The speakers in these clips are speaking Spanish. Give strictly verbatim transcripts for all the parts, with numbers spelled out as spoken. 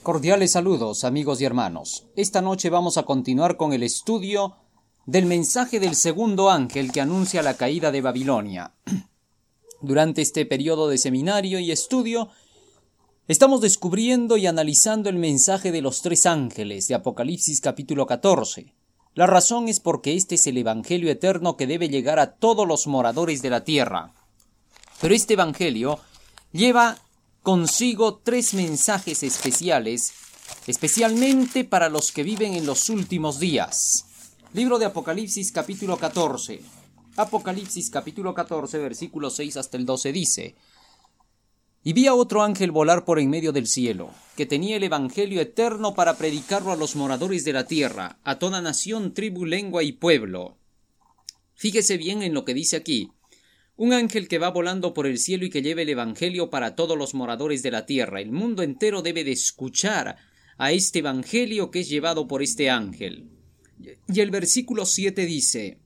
Cordiales saludos, amigos y hermanos. Esta noche vamos a continuar con el estudio del mensaje del segundo ángel que anuncia la caída de Babilonia. Durante este periodo de seminario y estudio, estamos descubriendo y analizando el mensaje de los tres ángeles de Apocalipsis capítulo catorce. La razón es porque este es el evangelio eterno que debe llegar a todos los moradores de la tierra. Pero este evangelio lleva consigo tres mensajes especiales, especialmente para los que viven en los últimos días. Libro de Apocalipsis capítulo catorce. Apocalipsis capítulo catorce, versículos seis hasta el doce dice: Y vi a otro ángel volar por en medio del cielo, que tenía el evangelio eterno para predicarlo a los moradores de la tierra, a toda nación, tribu, lengua y pueblo. Fíjese bien en lo que dice aquí. Un ángel que va volando por el cielo y que lleva el evangelio para todos los moradores de la tierra. El mundo entero debe de escuchar a este evangelio que es llevado por este ángel. Y el versículo siete dice,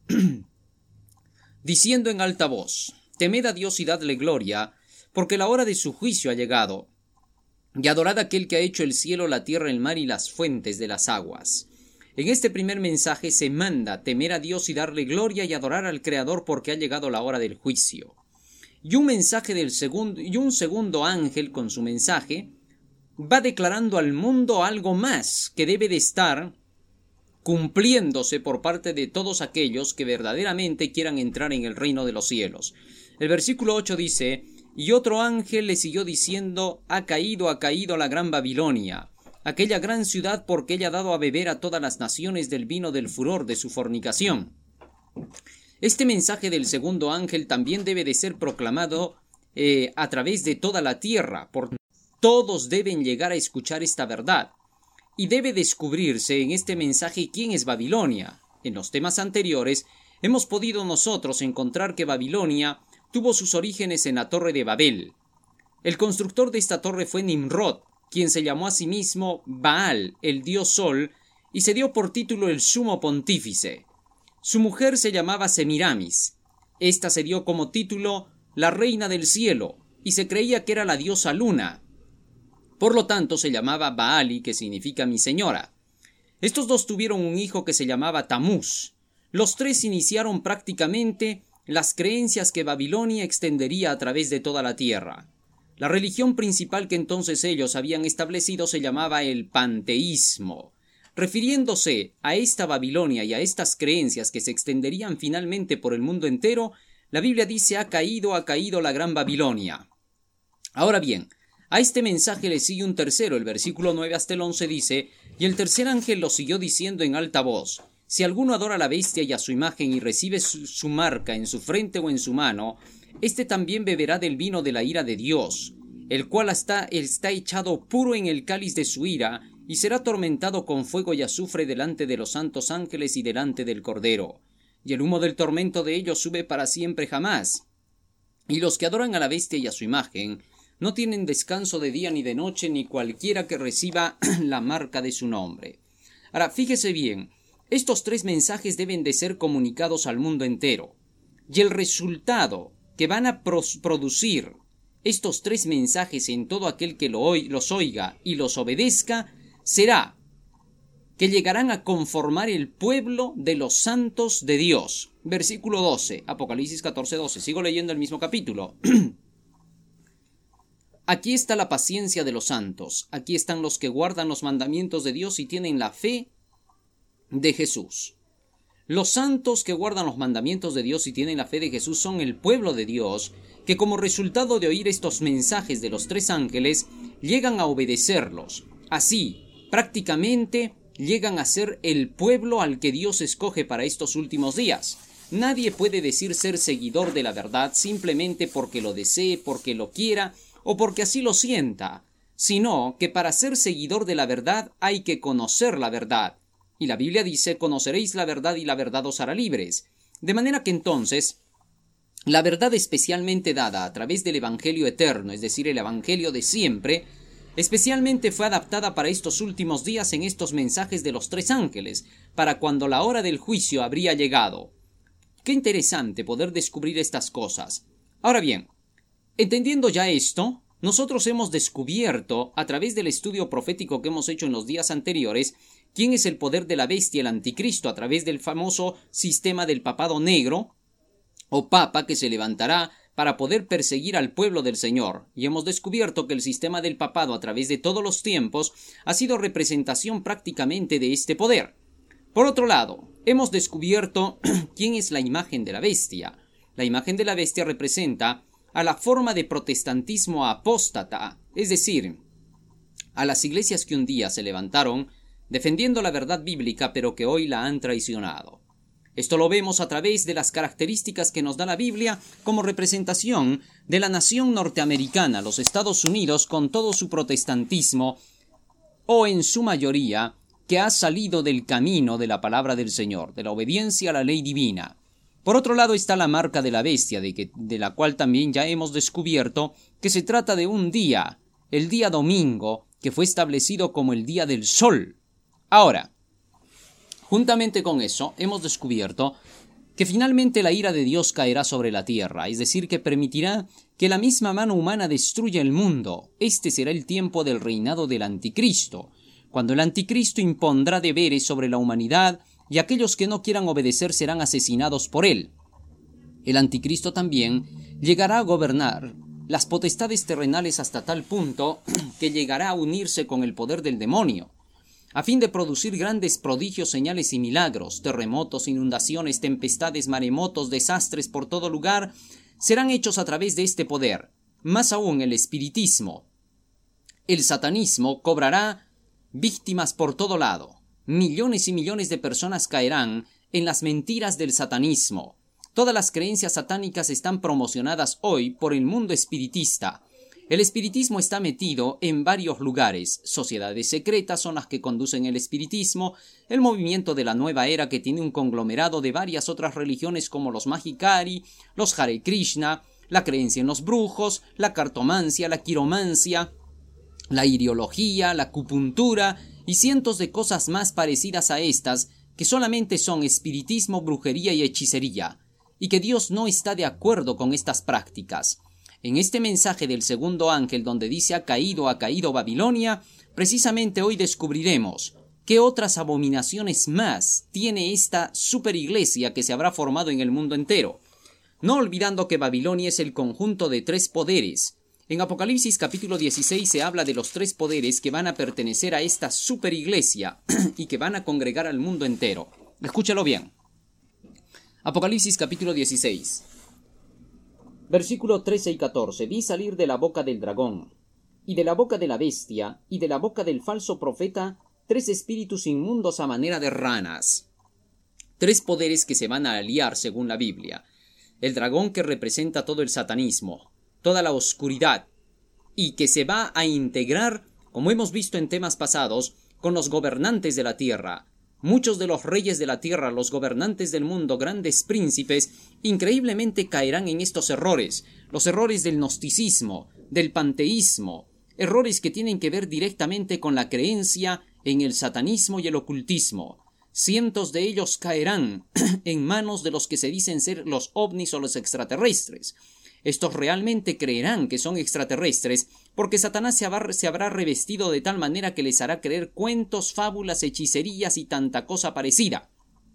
diciendo en alta voz: Temed a Dios y dadle gloria, porque la hora de su juicio ha llegado. Y adorad a aquel que ha hecho el cielo, la tierra, el mar y las fuentes de las aguas. En este primer mensaje se manda temer a Dios y darle gloria y adorar al Creador porque ha llegado la hora del juicio. Y un mensaje del segundo, y un segundo ángel con su mensaje va declarando al mundo algo más que debe de estar cumpliéndose por parte de todos aquellos que verdaderamente quieran entrar en el reino de los cielos. El versículo ocho dice: Y otro ángel le siguió diciendo: Ha caído, ha caído la gran Babilonia, aquella gran ciudad, porque ella ha dado a beber a todas las naciones del vino del furor de su fornicación. Este mensaje del segundo ángel también debe de ser proclamado eh, a través de toda la tierra, porque todos deben llegar a escuchar esta verdad. Y debe descubrirse en este mensaje quién es Babilonia. En los temas anteriores hemos podido nosotros encontrar que Babilonia tuvo sus orígenes en la Torre de Babel. El constructor de esta torre fue Nimrod, quien se llamó a sí mismo Baal, el dios Sol, y se dio por título el sumo pontífice. Su mujer se llamaba Semiramis. Esta se dio como título la reina del cielo, y se creía que era la diosa luna. Por lo tanto se llamaba Baali, que significa mi señora. Estos dos tuvieron un hijo que se llamaba Tamuz. Los tres iniciaron prácticamente las creencias que Babilonia extendería a través de toda la tierra. La religión principal que entonces ellos habían establecido se llamaba el panteísmo. Refiriéndose a esta Babilonia y a estas creencias que se extenderían finalmente por el mundo entero, la Biblia dice: ha caído, ha caído la gran Babilonia. Ahora bien, a este mensaje le sigue un tercero. El versículo nueve hasta el once dice: Y el tercer ángel lo siguió diciendo en alta voz: Si alguno adora a la bestia y a su imagen y recibe su, su marca en su frente o en su mano, este también beberá del vino de la ira de Dios, el cual está, está echado puro en el cáliz de su ira, y será atormentado con fuego y azufre delante de los santos ángeles y delante del Cordero. Y el humo del tormento de ellos sube para siempre jamás. Y los que adoran a la bestia y a su imagen no tienen descanso de día ni de noche, ni cualquiera que reciba la marca de su nombre. Ahora, fíjese bien, estos tres mensajes deben de ser comunicados al mundo entero. Y el resultado que van a producir estos tres mensajes en todo aquel que lo oy- los oiga y los obedezca será que llegarán a conformar el pueblo de los santos de Dios. Versículo doce, Apocalipsis catorce doce. Sigo leyendo el mismo capítulo. Aquí está la paciencia de los santos. Aquí están los que guardan los mandamientos de Dios y tienen la fe de Jesús. Los santos que guardan los mandamientos de Dios y tienen la fe de Jesús son el pueblo de Dios, que como resultado de oír estos mensajes de los tres ángeles, llegan a obedecerlos. Así, prácticamente, llegan a ser el pueblo al que Dios escoge para estos últimos días. Nadie puede decir ser seguidor de la verdad simplemente porque lo desee, porque lo quiera o porque así lo sienta, sino que para ser seguidor de la verdad hay que conocer la verdad. Y la Biblia dice: conoceréis la verdad y la verdad os hará libres. De manera que entonces, la verdad especialmente dada a través del Evangelio eterno, es decir, el Evangelio de siempre, especialmente fue adaptada para estos últimos días en estos mensajes de los tres ángeles, para cuando la hora del juicio habría llegado. Qué interesante poder descubrir estas cosas. Ahora bien, entendiendo ya esto, nosotros hemos descubierto, a través del estudio profético que hemos hecho en los días anteriores, quién es el poder de la bestia, el anticristo, a través del famoso sistema del papado negro, o papa, que se levantará para poder perseguir al pueblo del Señor. Y hemos descubierto que el sistema del papado, a través de todos los tiempos, ha sido representación prácticamente de este poder. Por otro lado, hemos descubierto quién es la imagen de la bestia. La imagen de la bestia representa a la forma de protestantismo apóstata, es decir, a las iglesias que un día se levantaron defendiendo la verdad bíblica, pero que hoy la han traicionado. Esto lo vemos a través de las características que nos da la Biblia como representación de la nación norteamericana, los Estados Unidos, con todo su protestantismo, o en su mayoría, que ha salido del camino de la palabra del Señor, de la obediencia a la ley divina. Por otro lado está la marca de la bestia, de, que, de la cual también ya hemos descubierto que se trata de un día, el día domingo, que fue establecido como el día del sol. Ahora, juntamente con eso, hemos descubierto que finalmente la ira de Dios caerá sobre la tierra, es decir, que permitirá que la misma mano humana destruya el mundo. Este será el tiempo del reinado del anticristo, cuando el anticristo impondrá deberes sobre la humanidad y aquellos que no quieran obedecer serán asesinados por él. El anticristo también llegará a gobernar las potestades terrenales hasta tal punto que llegará a unirse con el poder del demonio, a fin de producir grandes prodigios, señales y milagros. Terremotos, inundaciones, tempestades, maremotos, desastres por todo lugar serán hechos a través de este poder. Más aún, el espiritismo, el satanismo cobrará víctimas por todo lado. Millones y millones de personas caerán en las mentiras del satanismo. Todas las creencias satánicas están promocionadas hoy por el mundo espiritista. El espiritismo está metido en varios lugares. Sociedades secretas son las que conducen el espiritismo, el movimiento de la nueva era, que tiene un conglomerado de varias otras religiones como los Mahikari, los Hare Krishna, la creencia en los brujos, la cartomancia, la quiromancia, la iriología, la acupuntura y cientos de cosas más parecidas a estas, que solamente son espiritismo, brujería y hechicería, y que Dios no está de acuerdo con estas prácticas. En este mensaje del segundo ángel, donde dice ha caído, ha caído Babilonia, precisamente hoy descubriremos qué otras abominaciones más tiene esta superiglesia que se habrá formado en el mundo entero. No olvidando que Babilonia es el conjunto de tres poderes. En Apocalipsis capítulo dieciséis se habla de los tres poderes que van a pertenecer a esta superiglesia y que van a congregar al mundo entero. Escúchalo bien. Apocalipsis capítulo dieciséis. Versículo trece y catorce. Vi salir de la boca del dragón, y de la boca de la bestia, y de la boca del falso profeta, tres espíritus inmundos a manera de ranas. Tres poderes que se van a aliar según la Biblia. El dragón, que representa todo el satanismo, toda la oscuridad, y que se va a integrar, como hemos visto en temas pasados, con los gobernantes de la tierra. Muchos de los reyes de la tierra, los gobernantes del mundo, grandes príncipes, increíblemente caerán en estos errores, los errores del gnosticismo, del panteísmo, errores que tienen que ver directamente con la creencia en el satanismo y el ocultismo. Cientos de ellos caerán en manos de los que se dicen ser los ovnis o los extraterrestres. Estos realmente creerán que son extraterrestres porque Satanás se habrá, se habrá revestido de tal manera que les hará creer cuentos, fábulas, hechicerías y tanta cosa parecida.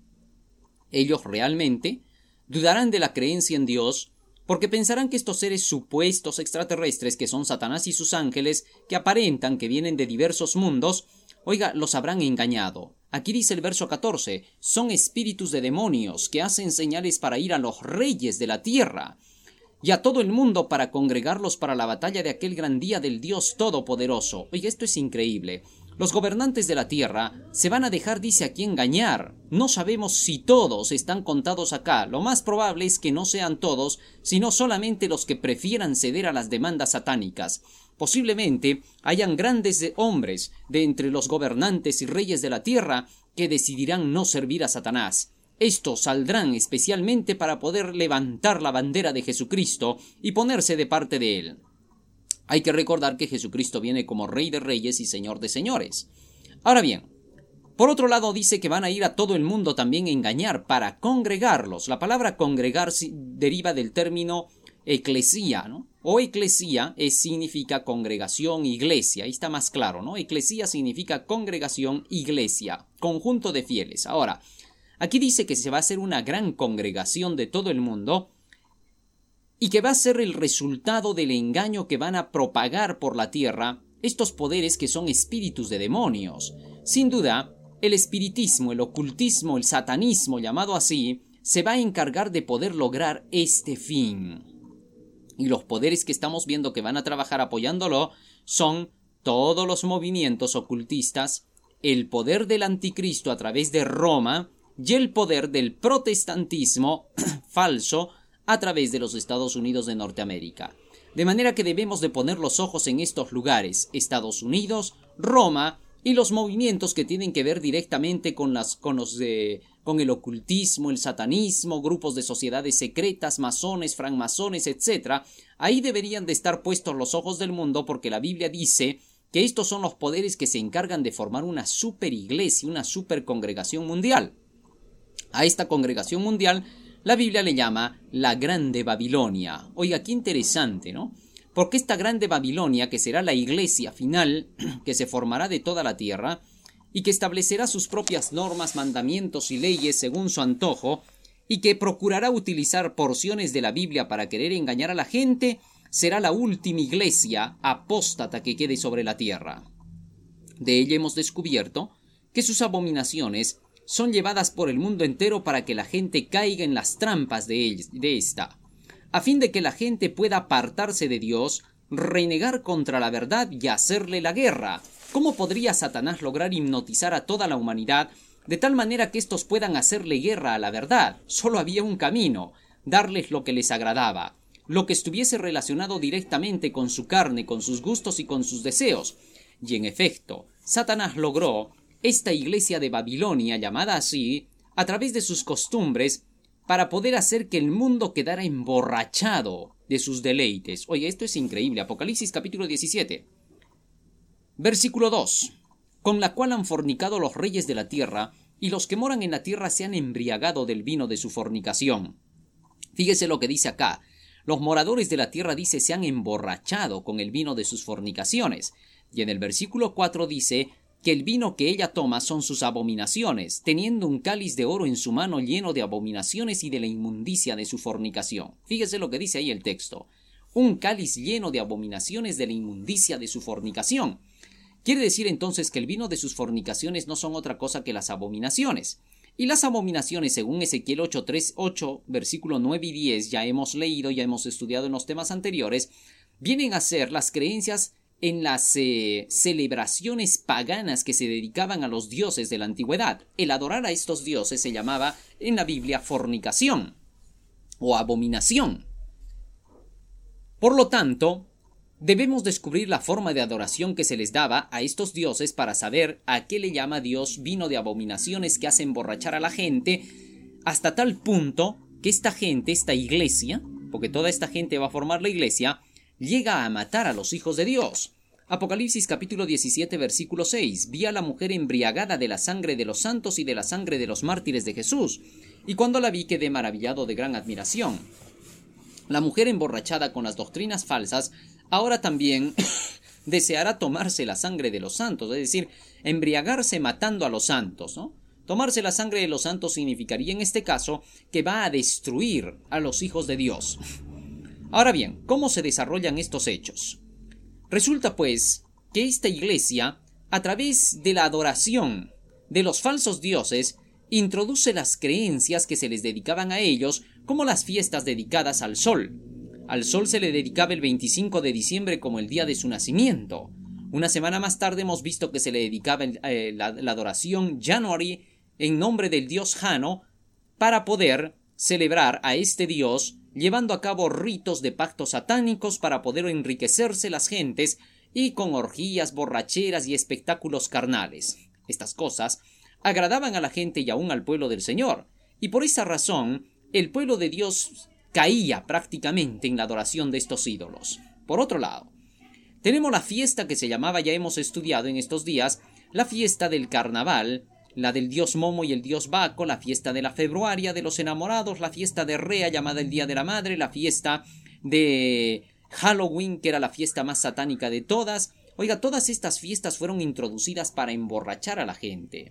Ellos realmente dudarán de la creencia en Dios porque pensarán que estos seres supuestos extraterrestres, que son Satanás y sus ángeles, que aparentan que vienen de diversos mundos, oiga, los habrán engañado. Aquí dice el verso catorce, son espíritus de demonios que hacen señales para ir a los reyes de la tierra y a todo el mundo para congregarlos para la batalla de aquel gran día del Dios Todopoderoso. Oiga, esto es increíble. Los gobernantes de la tierra se van a dejar, dice aquí, engañar. No sabemos si todos están contados acá. Lo más probable es que no sean todos, sino solamente los que prefieran ceder a las demandas satánicas. Posiblemente hayan grandes hombres de entre los gobernantes y reyes de la tierra que decidirán no servir a Satanás. Estos saldrán especialmente para poder levantar la bandera de Jesucristo y ponerse de parte de él. Hay que recordar que Jesucristo viene como Rey de Reyes y Señor de Señores. Ahora bien, por otro lado dice que van a ir a todo el mundo también a engañar para congregarlos. La palabra congregar deriva del término eclesía, ¿no? o eclesía es, significa congregación, iglesia. Ahí está más claro, ¿no? Eclesía significa congregación, iglesia, conjunto de fieles. Ahora, aquí dice que se va a hacer una gran congregación de todo el mundo y que va a ser el resultado del engaño que van a propagar por la tierra estos poderes que son espíritus de demonios. Sin duda, el espiritismo, el ocultismo, el satanismo, llamado así, se va a encargar de poder lograr este fin. Y los poderes que estamos viendo que van a trabajar apoyándolo son todos los movimientos ocultistas, el poder del anticristo a través de Roma y el poder del protestantismo falso a través de los Estados Unidos de Norteamérica. De manera que debemos de poner los ojos en estos lugares, Estados Unidos, Roma y los movimientos que tienen que ver directamente con, las, con, los de, con el ocultismo, el satanismo, grupos de sociedades secretas, masones, francmasones, etcétera. Ahí deberían de estar puestos los ojos del mundo porque la Biblia dice que estos son los poderes que se encargan de formar una super iglesia, una super congregación mundial. A esta congregación mundial la Biblia le llama la Grande Babilonia. Oiga, qué interesante, ¿no? Porque esta Grande Babilonia, que será la iglesia final, que se formará de toda la tierra, y que establecerá sus propias normas, mandamientos y leyes según su antojo, y que procurará utilizar porciones de la Biblia para querer engañar a la gente, será la última iglesia apóstata que quede sobre la tierra. De ella hemos descubierto que sus abominaciones son llevadas por el mundo entero para que la gente caiga en las trampas de, él, de esta, a fin de que la gente pueda apartarse de Dios, renegar contra la verdad y hacerle la guerra. ¿Cómo podría Satanás lograr hipnotizar a toda la humanidad de tal manera que estos puedan hacerle guerra a la verdad? Solo había un camino, darles lo que les agradaba, lo que estuviese relacionado directamente con su carne, con sus gustos y con sus deseos. Y en efecto, Satanás logró esta iglesia de Babilonia, llamada así, a través de sus costumbres, para poder hacer que el mundo quedara emborrachado de sus deleites. Oye, esto es increíble. Apocalipsis capítulo diecisiete. Versículo dos. Con la cual han fornicado los reyes de la tierra, y los que moran en la tierra se han embriagado del vino de su fornicación. Fíjese lo que dice acá. Los moradores de la tierra, dice, se han emborrachado con el vino de sus fornicaciones. Y en el versículo cuatro dice que el vino que ella toma son sus abominaciones, teniendo un cáliz de oro en su mano lleno de abominaciones y de la inmundicia de su fornicación. Fíjese lo que dice ahí el texto. Un cáliz lleno de abominaciones de la inmundicia de su fornicación. Quiere decir entonces que el vino de sus fornicaciones no son otra cosa que las abominaciones. Y las abominaciones, según Ezequiel ocho, tres, ocho, versículo nueve y diez, ya hemos leído, ya hemos estudiado en los temas anteriores, vienen a ser las creencias en las eh, celebraciones paganas que se dedicaban a los dioses de la antigüedad. El adorar a estos dioses se llamaba en la Biblia fornicación o abominación. Por lo tanto, debemos descubrir la forma de adoración que se les daba a estos dioses para saber a qué le llama Dios vino de abominaciones que hace emborrachar a la gente, hasta tal punto que esta gente, esta iglesia, porque toda esta gente va a formar la iglesia, llega a matar a los hijos de Dios. Apocalipsis capítulo diecisiete versículo seis. Vi a la mujer embriagada de la sangre de los santos y de la sangre de los mártires de Jesús, y cuando la vi quedé maravillado de gran admiración. La mujer emborrachada con las doctrinas falsas ahora también deseará tomarse la sangre de los santos, es decir, embriagarse matando a los santos, ¿no? Tomarse la sangre de los santos significaría en este caso que va a destruir a los hijos de Dios. Ahora bien, ¿cómo se desarrollan estos hechos? Resulta pues que esta iglesia, a través de la adoración de los falsos dioses, introduce las creencias que se les dedicaban a ellos, como las fiestas dedicadas al sol. Al sol se le dedicaba el veinticinco de diciembre como el día de su nacimiento. Una semana más tarde hemos visto que se le dedicaba eh, la, la adoración January en nombre del dios Jano, para poder celebrar a este dios, llevando a cabo ritos de pactos satánicos para poder enriquecerse las gentes y con orgías, borracheras y espectáculos carnales. Estas cosas agradaban a la gente y aún al pueblo del Señor, y por esa razón el pueblo de Dios caía prácticamente en la adoración de estos ídolos. Por otro lado, tenemos la fiesta que se llamaba, ya hemos estudiado en estos días, la fiesta del carnaval, la del dios Momo y el dios Baco, la fiesta de la februaria de los enamorados, la fiesta de Rea llamada el Día de la Madre, la fiesta de Halloween, que era la fiesta más satánica de todas. Oiga, todas estas fiestas fueron introducidas para emborrachar a la gente.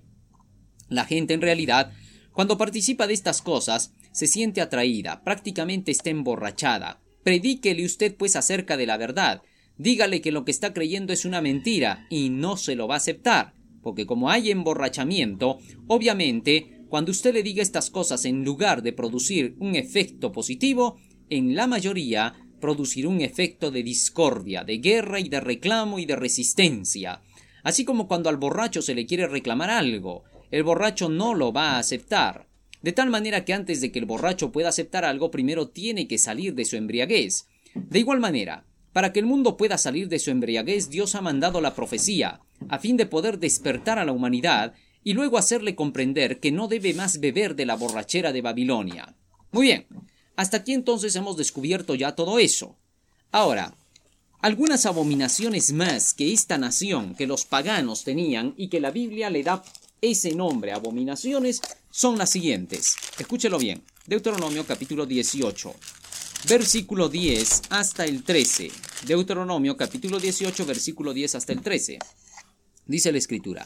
La gente en realidad, cuando participa de estas cosas, se siente atraída, prácticamente está emborrachada. Predíquele usted pues acerca de la verdad. Dígale que lo que está creyendo es una mentira y no se lo va a aceptar, porque como hay emborrachamiento, obviamente, cuando usted le diga estas cosas, en lugar de producir un efecto positivo, en la mayoría producirá un efecto de discordia, de guerra y de reclamo y de resistencia. Así como cuando al borracho se le quiere reclamar algo, el borracho no lo va a aceptar. De tal manera que antes de que el borracho pueda aceptar algo, primero tiene que salir de su embriaguez. De igual manera, para que el mundo pueda salir de su embriaguez, Dios ha mandado la profecía, a fin de poder despertar a la humanidad y luego hacerle comprender que no debe más beber de la borrachera de Babilonia. Muy bien, hasta aquí entonces hemos descubierto ya todo eso. Ahora, algunas abominaciones más que esta nación, que los paganos tenían y que la Biblia le da ese nombre, abominaciones, son las siguientes. Escúchelo bien. Deuteronomio capítulo dieciocho, versículo diez hasta el trece. Deuteronomio capítulo dieciocho, versículo diez hasta el trece. Dice la Escritura: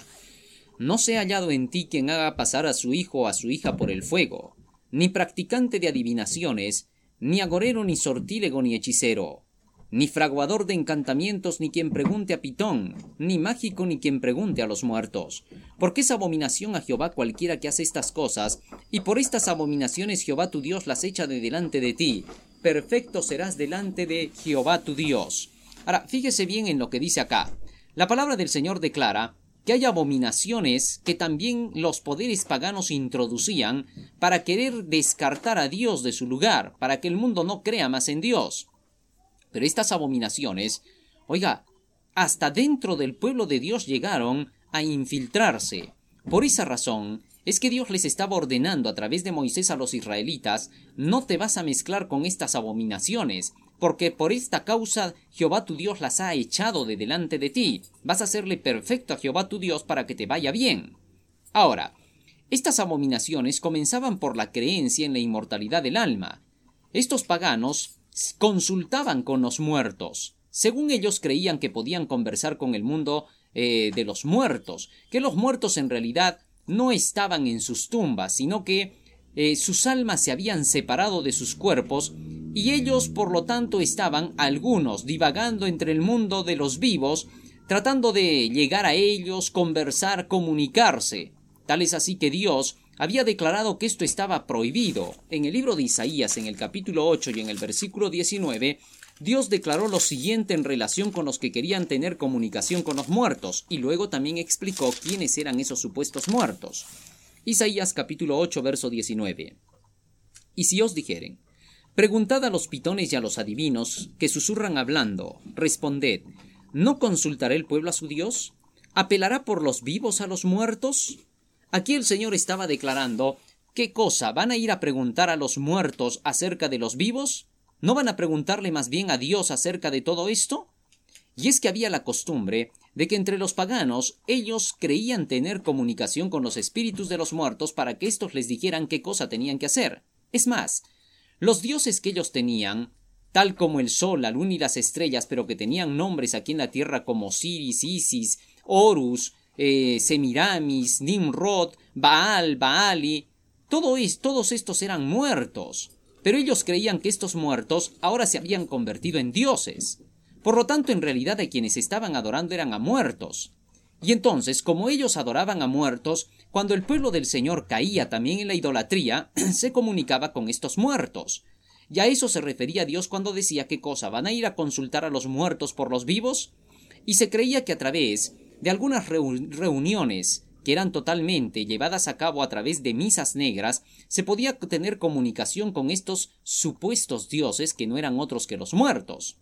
No sea hallado en ti quien haga pasar a su hijo o a su hija por el fuego, ni practicante de adivinaciones, ni agorero, ni sortílego, ni hechicero, ni fraguador de encantamientos, ni quien pregunte a Pitón, ni mágico, ni quien pregunte a los muertos. Porque es abominación a Jehová cualquiera que hace estas cosas, y por estas abominaciones Jehová tu Dios las echa de delante de ti. Perfecto serás delante de Jehová tu Dios. Ahora, fíjese bien en lo que dice acá. La palabra del Señor declara que hay abominaciones que también los poderes paganos introducían para querer descartar a Dios de su lugar, para que el mundo no crea más en Dios. Pero estas abominaciones, oiga, hasta dentro del pueblo de Dios llegaron a infiltrarse. Por esa razón es que Dios les estaba ordenando a través de Moisés a los israelitas: no te vas a mezclar con estas abominaciones, porque por esta causa Jehová tu Dios las ha echado de delante de ti. Vas a hacerle perfecto a Jehová tu Dios para que te vaya bien. Ahora, estas abominaciones comenzaban por la creencia en la inmortalidad del alma. Estos paganos consultaban con los muertos. Según ellos creían que podían conversar con el mundo eh, de los muertos, que los muertos en realidad no estaban en sus tumbas, sino que eh, sus almas se habían separado de sus cuerpos, y ellos por lo tanto estaban, algunos, divagando entre el mundo de los vivos, tratando de llegar a ellos, conversar, comunicarse. Tal es así que Dios había declarado que esto estaba prohibido. En el libro de Isaías, en el capítulo ocho y en el versículo diecinueve, Dios declaró lo siguiente en relación con los que querían tener comunicación con los muertos, y luego también explicó quiénes eran esos supuestos muertos. Isaías capítulo ocho, verso diecinueve. Y si os dijeren: preguntad a los pitones y a los adivinos, que susurran hablando, responded: ¿no consultará el pueblo a su Dios? ¿Apelará por los vivos a los muertos? Aquí el Señor estaba declarando: ¿qué cosa? ¿Van a ir a preguntar a los muertos acerca de los vivos? ¿No van a preguntarle más bien a Dios acerca de todo esto? Y es que había la costumbre de que entre los paganos ellos creían tener comunicación con los espíritus de los muertos para que éstos les dijeran qué cosa tenían que hacer. Es más, los dioses que ellos tenían, tal como el sol, la luna y las estrellas, pero que tenían nombres aquí en la tierra como Osiris, Isis, Horus, eh, Semiramis, Nimrod, Baal, Baali, todo es, todos estos eran muertos. Pero ellos creían que estos muertos ahora se habían convertido en dioses. Por lo tanto, en realidad a quienes estaban adorando eran a muertos. Y entonces, como ellos adoraban a muertos, cuando el pueblo del Señor caía también en la idolatría, se comunicaba con estos muertos. Y a eso se refería Dios cuando decía: ¿qué cosa? ¿Van a ir a consultar a los muertos por los vivos? Y se creía que a través de algunas reu- reuniones que eran totalmente llevadas a cabo a través de misas negras, se podía tener comunicación con estos supuestos dioses que no eran otros que los muertos.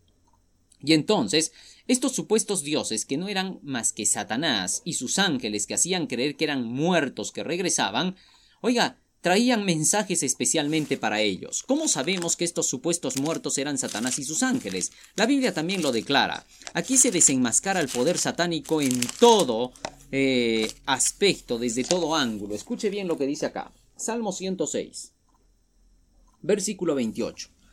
Y entonces, estos supuestos dioses, que no eran más que Satanás y sus ángeles que hacían creer que eran muertos que regresaban, oiga, traían mensajes especialmente para ellos. ¿Cómo sabemos que estos supuestos muertos eran Satanás y sus ángeles? La Biblia también lo declara. Aquí se desenmascara el poder satánico en todo eh, aspecto, desde todo ángulo. Escuche bien lo que dice acá. Salmo ciento seis, versículo veintiocho.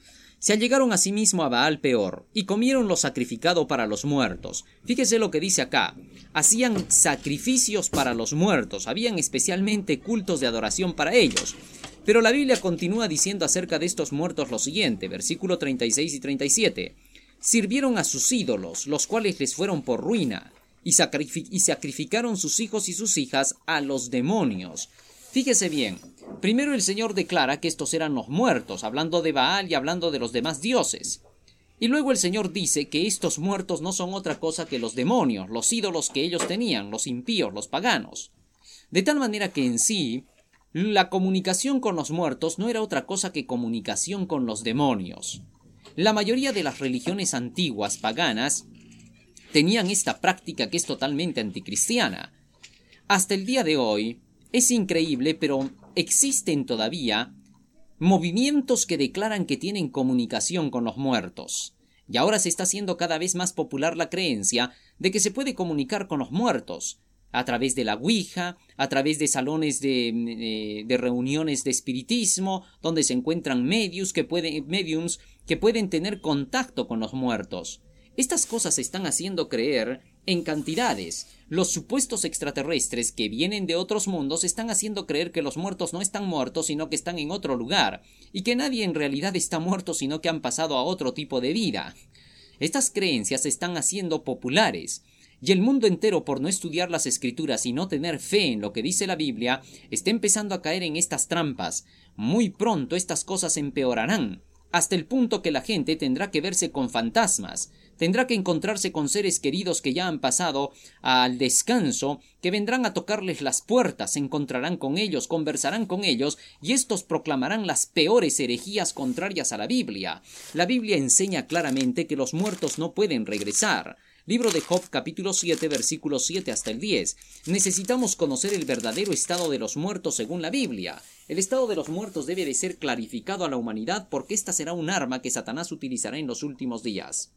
Se allegaron asimismo a Baal Peor, y comieron lo sacrificado para los muertos. Fíjese lo que dice acá. Hacían sacrificios para los muertos, habían especialmente cultos de adoración para ellos. Pero la Biblia continúa diciendo acerca de estos muertos lo siguiente, versículo treinta y seis y treinta y siete. Sirvieron a sus ídolos, los cuales les fueron por ruina, y, sacrific- y sacrificaron sus hijos y sus hijas a los demonios. Fíjese bien, primero el Señor declara que estos eran los muertos, hablando de Baal y hablando de los demás dioses. Y luego el Señor dice que estos muertos no son otra cosa que los demonios, los ídolos que ellos tenían, los impíos, los paganos. De tal manera que en sí, la comunicación con los muertos no era otra cosa que comunicación con los demonios. La mayoría de las religiones antiguas, paganas, tenían esta práctica que es totalmente anticristiana. Hasta el día de hoy, es increíble, pero existen todavía movimientos que declaran que tienen comunicación con los muertos. Y ahora se está haciendo cada vez más popular la creencia de que se puede comunicar con los muertos, a través de la Ouija, a través de salones de, de, de reuniones de espiritismo, donde se encuentran mediums que, pueden, mediums que pueden tener contacto con los muertos. Estas cosas se están haciendo creer en cantidades. Los supuestos extraterrestres que vienen de otros mundos están haciendo creer que los muertos no están muertos, sino que están en otro lugar, y que nadie en realidad está muerto, sino que han pasado a otro tipo de vida. Estas creencias se están haciendo populares, y el mundo entero, por no estudiar las escrituras y no tener fe en lo que dice la Biblia, está empezando a caer en estas trampas. Muy pronto estas cosas empeorarán, hasta el punto que la gente tendrá que verse con fantasmas, tendrá que encontrarse con seres queridos que ya han pasado al descanso, que vendrán a tocarles las puertas, se encontrarán con ellos, conversarán con ellos, y estos proclamarán las peores herejías contrarias a la Biblia. La Biblia enseña claramente que los muertos no pueden regresar. Libro de Job, capítulo siete, versículos siete hasta el diez. Necesitamos conocer el verdadero estado de los muertos según la Biblia. El estado de los muertos debe de ser clarificado a la humanidad, porque esta será un arma que Satanás utilizará en los últimos días.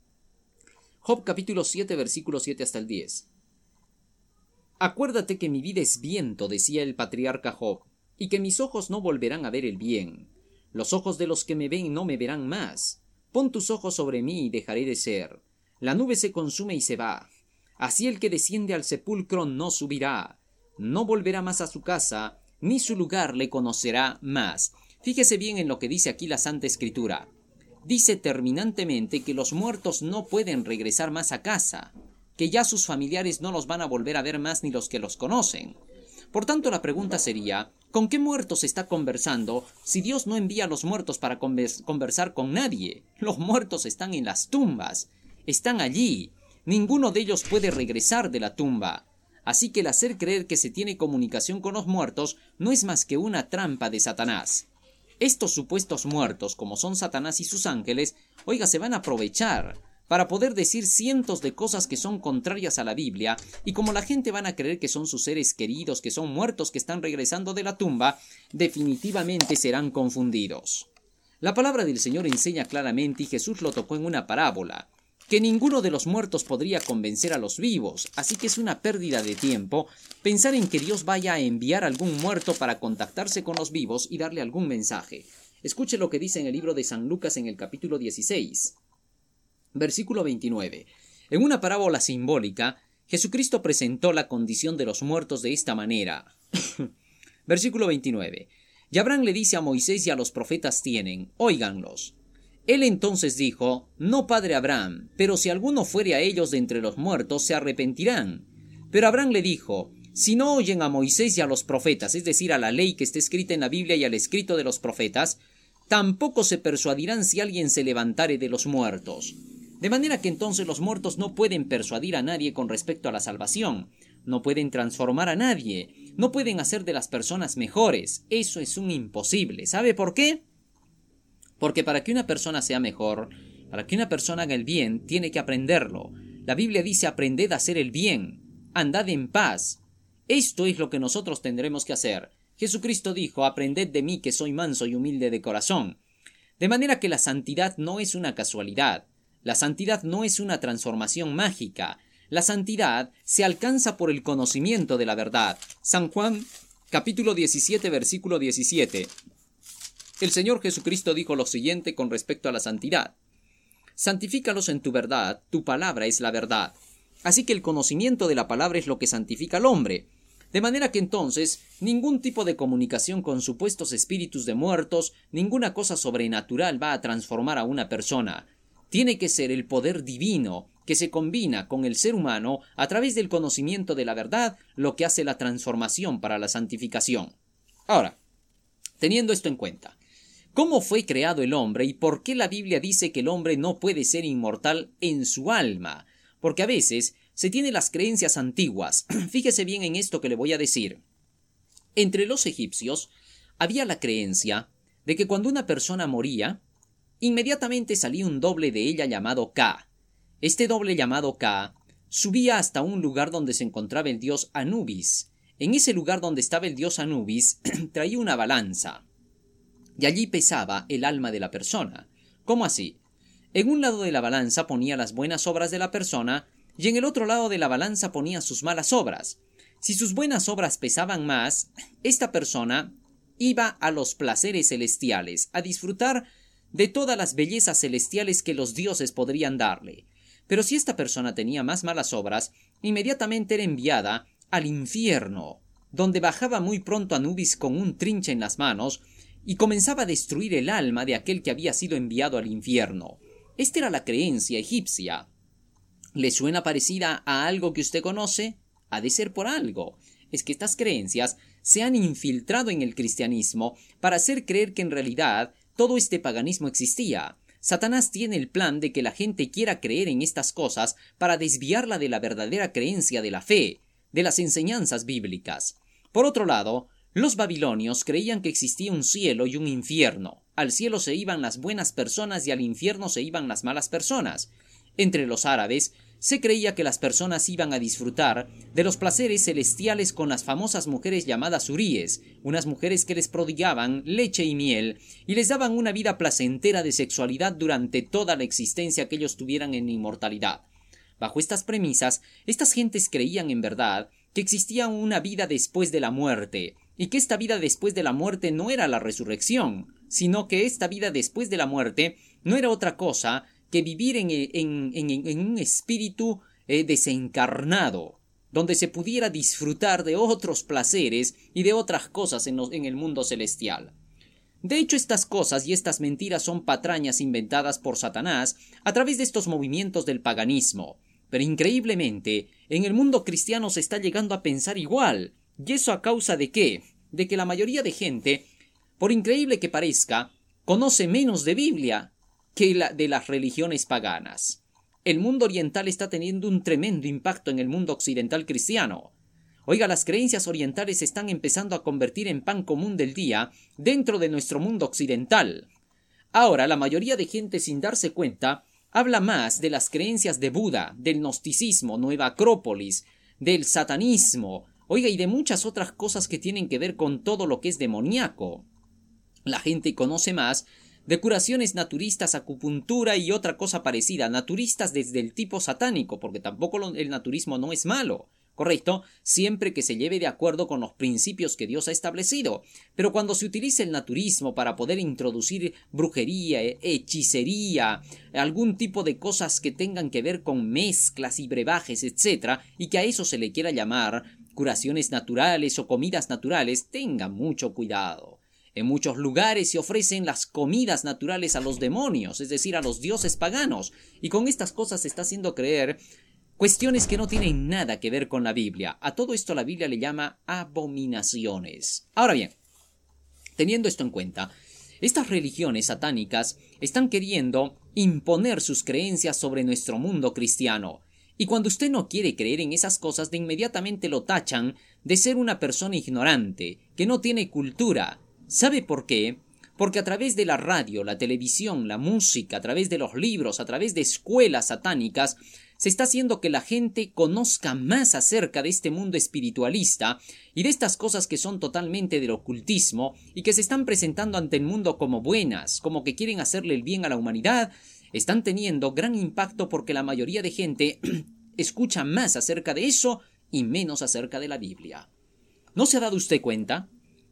Job, capítulo siete, versículos siete hasta el diez. Acuérdate que mi vida es viento, decía el patriarca Job, y que mis ojos no volverán a ver el bien. Los ojos de los que me ven no me verán más. Pon tus ojos sobre mí y dejaré de ser. La nube se consume y se va. Así el que desciende al sepulcro no subirá. No volverá más a su casa, ni su lugar le conocerá más. Fíjese bien en lo que dice aquí la Santa Escritura. Dice terminantemente que los muertos no pueden regresar más a casa, que ya sus familiares no los van a volver a ver más ni los que los conocen. Por tanto, la pregunta sería, ¿con qué muertos está conversando si Dios no envía a los muertos para conversar con nadie? Los muertos están en las tumbas. Están allí. Ninguno de ellos puede regresar de la tumba. Así que el hacer creer que se tiene comunicación con los muertos no es más que una trampa de Satanás. Estos supuestos muertos, como son Satanás y sus ángeles, oiga, se van a aprovechar para poder decir cientos de cosas que son contrarias a la Biblia, y como la gente van a creer que son sus seres queridos, que son muertos que están regresando de la tumba, definitivamente serán confundidos. La palabra del Señor enseña claramente, y Jesús lo tocó en una parábola, que ninguno de los muertos podría convencer a los vivos, así que es una pérdida de tiempo pensar en que Dios vaya a enviar algún muerto para contactarse con los vivos y darle algún mensaje. Escuche lo que dice en el libro de San Lucas en el capítulo dieciséis, versículo veintinueve. En una parábola simbólica, Jesucristo presentó la condición de los muertos de esta manera. Versículo veintinueve. Y Abraham le dice a Moisés y a los profetas tienen, óiganlos. Él entonces dijo, no, padre Abraham, pero si alguno fuere a ellos de entre los muertos, se arrepentirán. Pero Abraham le dijo, si no oyen a Moisés y a los profetas, es decir, a la ley que está escrita en la Biblia y al escrito de los profetas, tampoco se persuadirán si alguien se levantare de los muertos. De manera que entonces los muertos no pueden persuadir a nadie con respecto a la salvación, no pueden transformar a nadie, no pueden hacer de las personas mejores. Eso es un imposible. ¿Sabe por qué? Porque para que una persona sea mejor, para que una persona haga el bien, tiene que aprenderlo. La Biblia dice, aprended a hacer el bien, andad en paz. Esto es lo que nosotros tendremos que hacer. Jesucristo dijo, aprended de mí que soy manso y humilde de corazón. De manera que la santidad no es una casualidad. La santidad no es una transformación mágica. La santidad se alcanza por el conocimiento de la verdad. San Juan, capítulo diecisiete, versículo diecisiete. El Señor Jesucristo dijo lo siguiente con respecto a la santidad: santifícalos en tu verdad, tu palabra es la verdad. Así que el conocimiento de la palabra es lo que santifica al hombre. De manera que entonces, ningún tipo de comunicación con supuestos espíritus de muertos, ninguna cosa sobrenatural va a transformar a una persona. Tiene que ser el poder divino que se combina con el ser humano a través del conocimiento de la verdad lo que hace la transformación para la santificación. Ahora, teniendo esto en cuenta, ¿cómo fue creado el hombre y por qué la Biblia dice que el hombre no puede ser inmortal en su alma? Porque a veces se tienen las creencias antiguas. Fíjese bien en esto que le voy a decir. Entre los egipcios había la creencia de que cuando una persona moría, inmediatamente salía un doble de ella llamado Ka. Este doble llamado Ka subía hasta un lugar donde se encontraba el dios Anubis. En ese lugar donde estaba el dios Anubis traía una balanza y allí pesaba el alma de la persona. ¿Cómo así? En un lado de la balanza ponía las buenas obras de la persona y en el otro lado de la balanza ponía sus malas obras. Si sus buenas obras pesaban más, esta persona iba a los placeres celestiales, a disfrutar de todas las bellezas celestiales que los dioses podrían darle. Pero si esta persona tenía más malas obras, inmediatamente era enviada al infierno, donde bajaba muy pronto Anubis con un trinche en las manos y comenzaba a destruir el alma de aquel que había sido enviado al infierno. Esta era la creencia egipcia. ¿Le suena parecida a algo que usted conoce? Ha de ser por algo. Es que estas creencias se han infiltrado en el cristianismo para hacer creer que en realidad todo este paganismo existía. Satanás tiene el plan de que la gente quiera creer en estas cosas para desviarla de la verdadera creencia de la fe, de las enseñanzas bíblicas. Por otro lado, los babilonios creían que existía un cielo y un infierno. Al cielo se iban las buenas personas y al infierno se iban las malas personas. Entre los árabes se creía que las personas iban a disfrutar de los placeres celestiales con las famosas mujeres llamadas huríes, unas mujeres que les prodigaban leche y miel y les daban una vida placentera de sexualidad durante toda la existencia que ellos tuvieran en inmortalidad. Bajo estas premisas, estas gentes creían en verdad que existía una vida después de la muerte, y que esta vida después de la muerte no era la resurrección, sino que esta vida después de la muerte no era otra cosa que vivir en, en, en, en un espíritu eh, desencarnado, donde se pudiera disfrutar de otros placeres y de otras cosas en, los, en el mundo celestial. De hecho, estas cosas y estas mentiras son patrañas inventadas por Satanás a través de estos movimientos del paganismo. Pero increíblemente, en el mundo cristiano se está llegando a pensar igual. ¿Y eso a causa de qué? De que la mayoría de gente, por increíble que parezca, conoce menos de Biblia que la de las religiones paganas. El mundo oriental está teniendo un tremendo impacto en el mundo occidental cristiano. Oiga, las creencias orientales se están empezando a convertir en pan común del día dentro de nuestro mundo occidental. Ahora, la mayoría de gente, sin darse cuenta, habla más de las creencias de Buda, del gnosticismo, Nueva Acrópolis, del satanismo, oiga, y de muchas otras cosas que tienen que ver con todo lo que es demoníaco. La gente conoce más de curaciones naturistas, acupuntura y otra cosa parecida, naturistas desde el tipo satánico, porque tampoco lo, el naturismo no es malo, ¿correcto? Siempre que se lleve de acuerdo con los principios que Dios ha establecido. Pero cuando se utiliza el naturismo para poder introducir brujería, hechicería, algún tipo de cosas que tengan que ver con mezclas y brebajes, etcétera, y que a eso se le quiera llamar curaciones naturales o comidas naturales, tengan mucho cuidado. En muchos lugares se ofrecen las comidas naturales a los demonios, es decir, a los dioses paganos, y con estas cosas se está haciendo creer cuestiones que no tienen nada que ver con la Biblia. A todo esto la Biblia le llama abominaciones. Ahora bien, teniendo esto en cuenta, estas religiones satánicas están queriendo imponer sus creencias sobre nuestro mundo cristiano. Y cuando usted no quiere creer en esas cosas, de inmediatamente lo tachan de ser una persona ignorante, que no tiene cultura. ¿Sabe por qué? Porque a través de la radio, la televisión, la música, a través de los libros, a través de escuelas satánicas, se está haciendo que la gente conozca más acerca de este mundo espiritualista y de estas cosas que son totalmente del ocultismo y que se están presentando ante el mundo como buenas, como que quieren hacerle el bien a la humanidad. Están teniendo gran impacto porque la mayoría de gente escucha más acerca de eso y menos acerca de la Biblia. ¿No se ha dado usted cuenta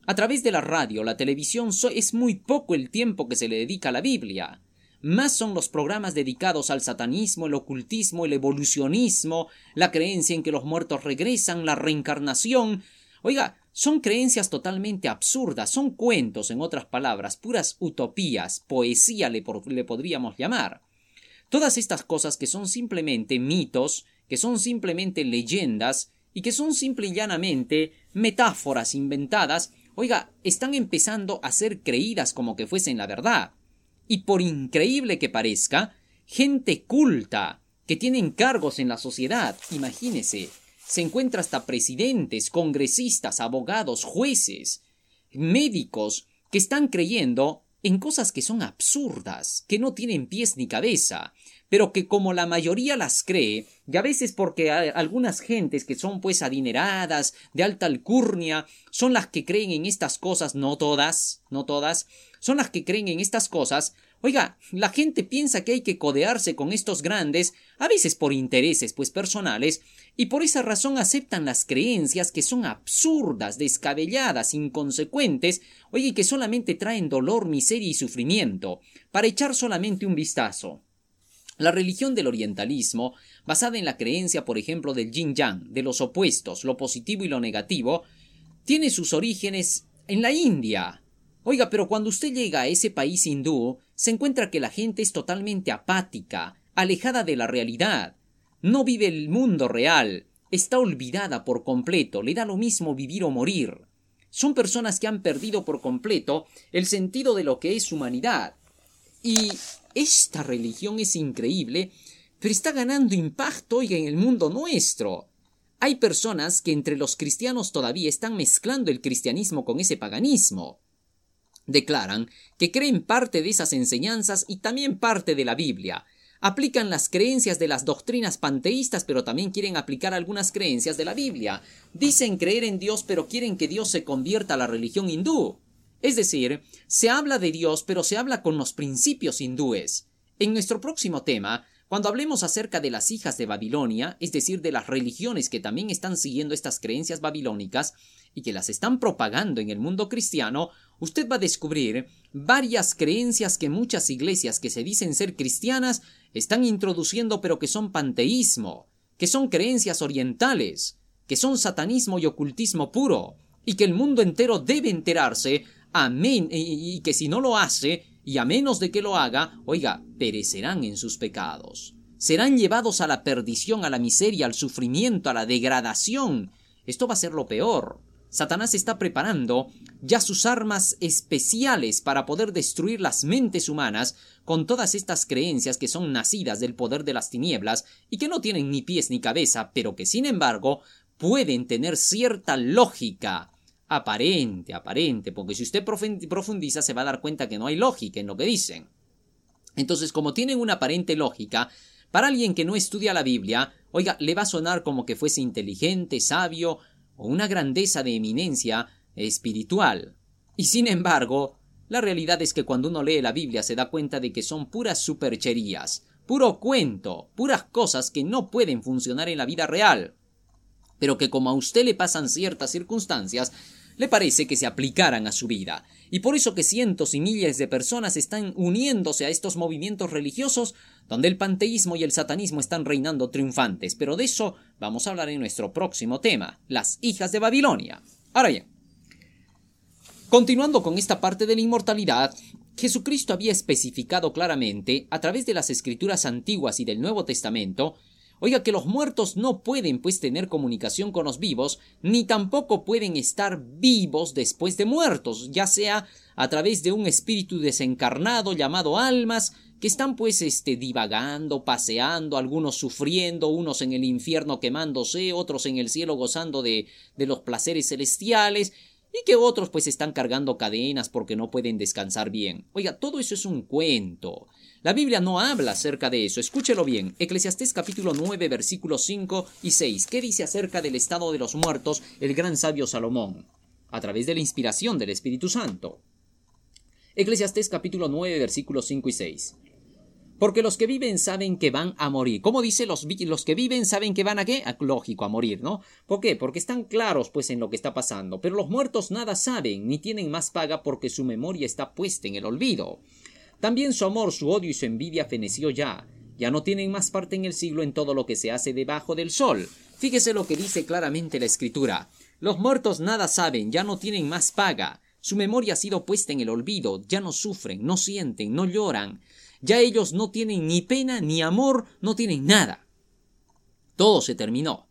A través de la radio, la televisión, so- es muy poco el tiempo que se le dedica a la Biblia. Más son los programas dedicados al satanismo, el ocultismo, el evolucionismo, la creencia en que los muertos regresan, la reencarnación. Oiga, son creencias totalmente absurdas, son cuentos, en otras palabras, puras utopías, poesía le, por- le podríamos llamar. Todas estas cosas que son simplemente mitos, que son simplemente leyendas y que son simple y llanamente metáforas inventadas, oiga, están empezando a ser creídas como que fuesen la verdad. Y por increíble que parezca, gente culta, que tienen cargos en la sociedad, imagínese, se encuentra hasta presidentes, congresistas, abogados, jueces, médicos, que están creyendo en cosas que son absurdas, que no tienen pies ni cabeza, pero que como la mayoría las cree, y a veces porque hay algunas gentes que son pues adineradas, de alta alcurnia, son las que creen en estas cosas, no todas, no todas, son las que creen en estas cosas. Oiga, la gente piensa que hay que codearse con estos grandes, a veces por intereses pues personales, y por esa razón aceptan las creencias que son absurdas, descabelladas, inconsecuentes, oye, y que solamente traen dolor, miseria y sufrimiento, para echar solamente un vistazo. La religión del orientalismo, basada en la creencia, por ejemplo, del yin-yang, de los opuestos, lo positivo y lo negativo, tiene sus orígenes en la India. Oiga, pero cuando usted llega a ese país hindú, se encuentra que la gente es totalmente apática, alejada de la realidad. No vive el mundo real, está olvidada por completo, le da lo mismo vivir o morir. Son personas que han perdido por completo el sentido de lo que es humanidad. Y esta religión es increíble, pero está ganando impacto, oiga, en el mundo nuestro. Hay personas que entre los cristianos todavía están mezclando el cristianismo con ese paganismo. Declaran que creen parte de esas enseñanzas y también parte de la Biblia. Aplican las creencias de las doctrinas panteístas, pero también quieren aplicar algunas creencias de la Biblia. Dicen creer en Dios, pero quieren que Dios se convierta a la religión hindú. Es decir, se habla de Dios, pero se habla con los principios hindúes. En nuestro próximo tema, cuando hablemos acerca de las hijas de Babilonia, es decir, de las religiones que también están siguiendo estas creencias babilónicas y que las están propagando en el mundo cristiano, usted va a descubrir varias creencias que muchas iglesias que se dicen ser cristianas están introduciendo, pero que son panteísmo, que son creencias orientales, que son satanismo y ocultismo puro, y que el mundo entero debe enterarse, amén, y, y que si no lo hace, y a menos de que lo haga, oiga, perecerán en sus pecados. Serán llevados a la perdición, a la miseria, al sufrimiento, a la degradación. Esto va a ser lo peor. Satanás está preparando ya sus armas especiales para poder destruir las mentes humanas con todas estas creencias que son nacidas del poder de las tinieblas y que no tienen ni pies ni cabeza, pero que sin embargo pueden tener cierta lógica. Aparente, aparente, porque si usted profundiza se va a dar cuenta que no hay lógica en lo que dicen. Entonces, como tienen una aparente lógica, para alguien que no estudia la Biblia, oiga, le va a sonar como que fuese inteligente, sabio, o una grandeza de eminencia espiritual. Y sin embargo, la realidad es que cuando uno lee la Biblia se da cuenta de que son puras supercherías, puro cuento, puras cosas que no pueden funcionar en la vida real, pero que como a usted le pasan ciertas circunstancias, le parece que se aplicaran a su vida. Y por eso que cientos y miles de personas están uniéndose a estos movimientos religiosos donde el panteísmo y el satanismo están reinando triunfantes. Pero de eso vamos a hablar en nuestro próximo tema, las hijas de Babilonia. Ahora bien, continuando con esta parte de la inmortalidad, Jesucristo había especificado claramente, a través de las escrituras antiguas y del Nuevo Testamento, oiga, que los muertos no pueden pues tener comunicación con los vivos, ni tampoco pueden estar vivos después de muertos, ya sea a través de un espíritu desencarnado llamado almas, que están pues este divagando, paseando, algunos sufriendo, unos en el infierno quemándose, otros en el cielo gozando de, de los placeres celestiales, y que otros pues están cargando cadenas porque no pueden descansar bien. Oiga, todo eso es un cuento. La Biblia no habla acerca de eso. Escúchelo bien. Eclesiastés capítulo nueve, versículos cinco y seis. ¿Qué dice acerca del estado de los muertos el gran sabio Salomón? A través de la inspiración del Espíritu Santo. Eclesiastés capítulo nueve, versículos cinco y seis. Porque los que viven saben que van a morir. ¿Cómo dice? Los, los que viven saben que van a ¿qué? Lógico, a morir, ¿no? ¿Por qué? Porque están claros, pues, en lo que está pasando. Pero los muertos nada saben, ni tienen más paga porque su memoria está puesta en el olvido. También su amor, su odio y su envidia feneció ya. Ya no tienen más parte en el siglo en todo lo que se hace debajo del sol. Fíjese lo que dice claramente la Escritura. Los muertos nada saben, ya no tienen más paga. Su memoria ha sido puesta en el olvido, ya no sufren, no sienten, no lloran. Ya ellos no tienen ni pena, ni amor, no tienen nada. Todo se terminó.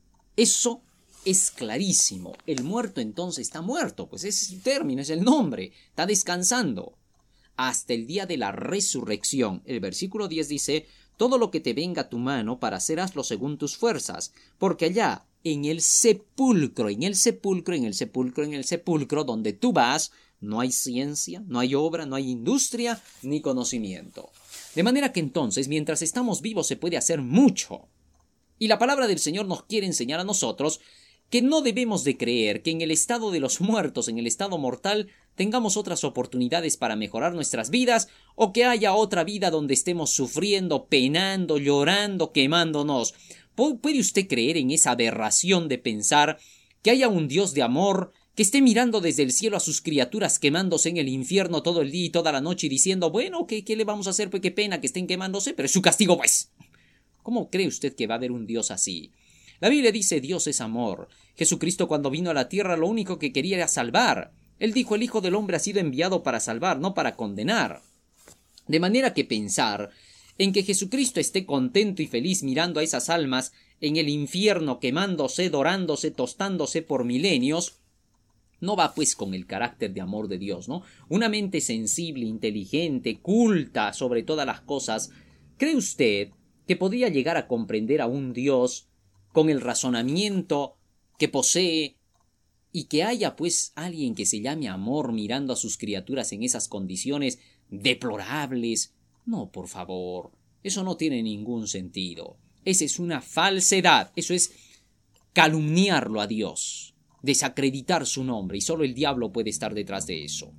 Eso es clarísimo. El muerto entonces está muerto, pues ese es el término, es el nombre. Está descansando. Hasta el día de la resurrección. El versículo diez dice, todo lo que te venga a tu mano para hacer hazlo según tus fuerzas, porque allá en el sepulcro, en el sepulcro, en el sepulcro, en el sepulcro, donde tú vas, no hay ciencia, no hay obra, no hay industria, ni conocimiento. De manera que entonces, mientras estamos vivos, se puede hacer mucho. Y la palabra del Señor nos quiere enseñar a nosotros que no debemos de creer que en el estado de los muertos, en el estado mortal, tengamos otras oportunidades para mejorar nuestras vidas, o que haya otra vida donde estemos sufriendo, penando, llorando, quemándonos. ¿Puede usted creer en esa aberración de pensar que haya un Dios de amor que esté mirando desde el cielo a sus criaturas quemándose en el infierno todo el día y toda la noche y diciendo, bueno, ¿qué, qué le vamos a hacer? Pues qué pena que estén quemándose, pero es su castigo, pues? ¿Cómo cree usted que va a haber un Dios así? La Biblia dice, Dios es amor. Jesucristo cuando vino a la tierra lo único que quería era salvar. Él dijo, el Hijo del Hombre ha sido enviado para salvar, no para condenar. De manera que pensar en que Jesucristo esté contento y feliz mirando a esas almas en el infierno quemándose, dorándose, tostándose por milenios, no va pues con el carácter de amor de Dios, ¿no? Una mente sensible, inteligente, culta sobre todas las cosas, ¿cree usted que podría llegar a comprender a un Dios con el razonamiento que posee y que haya pues alguien que se llame amor mirando a sus criaturas en esas condiciones deplorables? No, por favor, eso no tiene ningún sentido. Esa es una falsedad, eso es calumniarlo a Dios, desacreditar su nombre, y solo el diablo puede estar detrás de eso.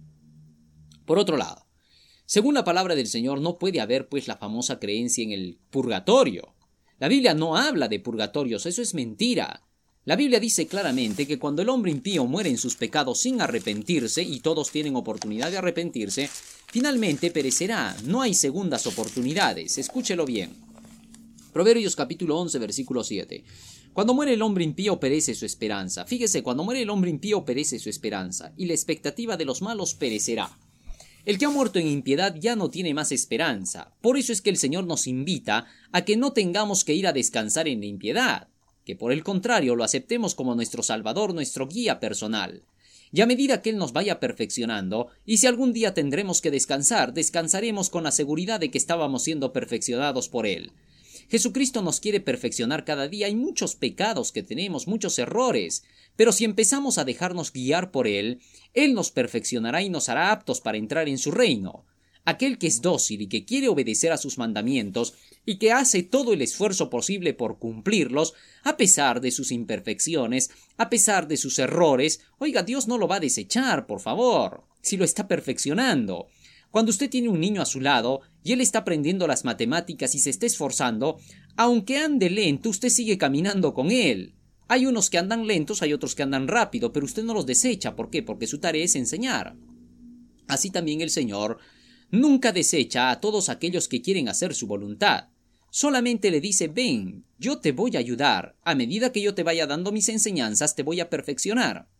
Por otro lado, según la palabra del Señor, no puede haber pues la famosa creencia en el purgatorio. La Biblia no habla de purgatorios, eso es mentira. La Biblia dice claramente que cuando el hombre impío muere en sus pecados sin arrepentirse, y todos tienen oportunidad de arrepentirse, finalmente perecerá. No hay segundas oportunidades. Escúchelo bien. Proverbios capítulo once, versículo siete. Cuando muere el hombre impío perece su esperanza. Fíjese, cuando muere el hombre impío perece su esperanza, y la expectativa de los malos perecerá. El que ha muerto en impiedad ya no tiene más esperanza. Por eso es que el Señor nos invita a que no tengamos que ir a descansar en la impiedad, que por el contrario lo aceptemos como nuestro Salvador, nuestro guía personal. Y a medida que Él nos vaya perfeccionando, y si algún día tendremos que descansar, descansaremos con la seguridad de que estábamos siendo perfeccionados por Él. Jesucristo nos quiere perfeccionar cada día. Hay muchos pecados que tenemos, muchos errores, pero si empezamos a dejarnos guiar por Él, Él nos perfeccionará y nos hará aptos para entrar en su reino. Aquel que es dócil y que quiere obedecer a sus mandamientos y que hace todo el esfuerzo posible por cumplirlos, a pesar de sus imperfecciones, a pesar de sus errores, oiga, Dios no lo va a desechar, por favor, si lo está perfeccionando. Cuando usted tiene un niño a su lado y él está aprendiendo las matemáticas y se está esforzando, aunque ande lento, usted sigue caminando con él. Hay unos que andan lentos, hay otros que andan rápido, pero usted no los desecha. ¿Por qué? Porque su tarea es enseñar. Así también el Señor nunca desecha a todos aquellos que quieren hacer su voluntad. Solamente le dice, ven, yo te voy a ayudar. A medida que yo te vaya dando mis enseñanzas, te voy a perfeccionar.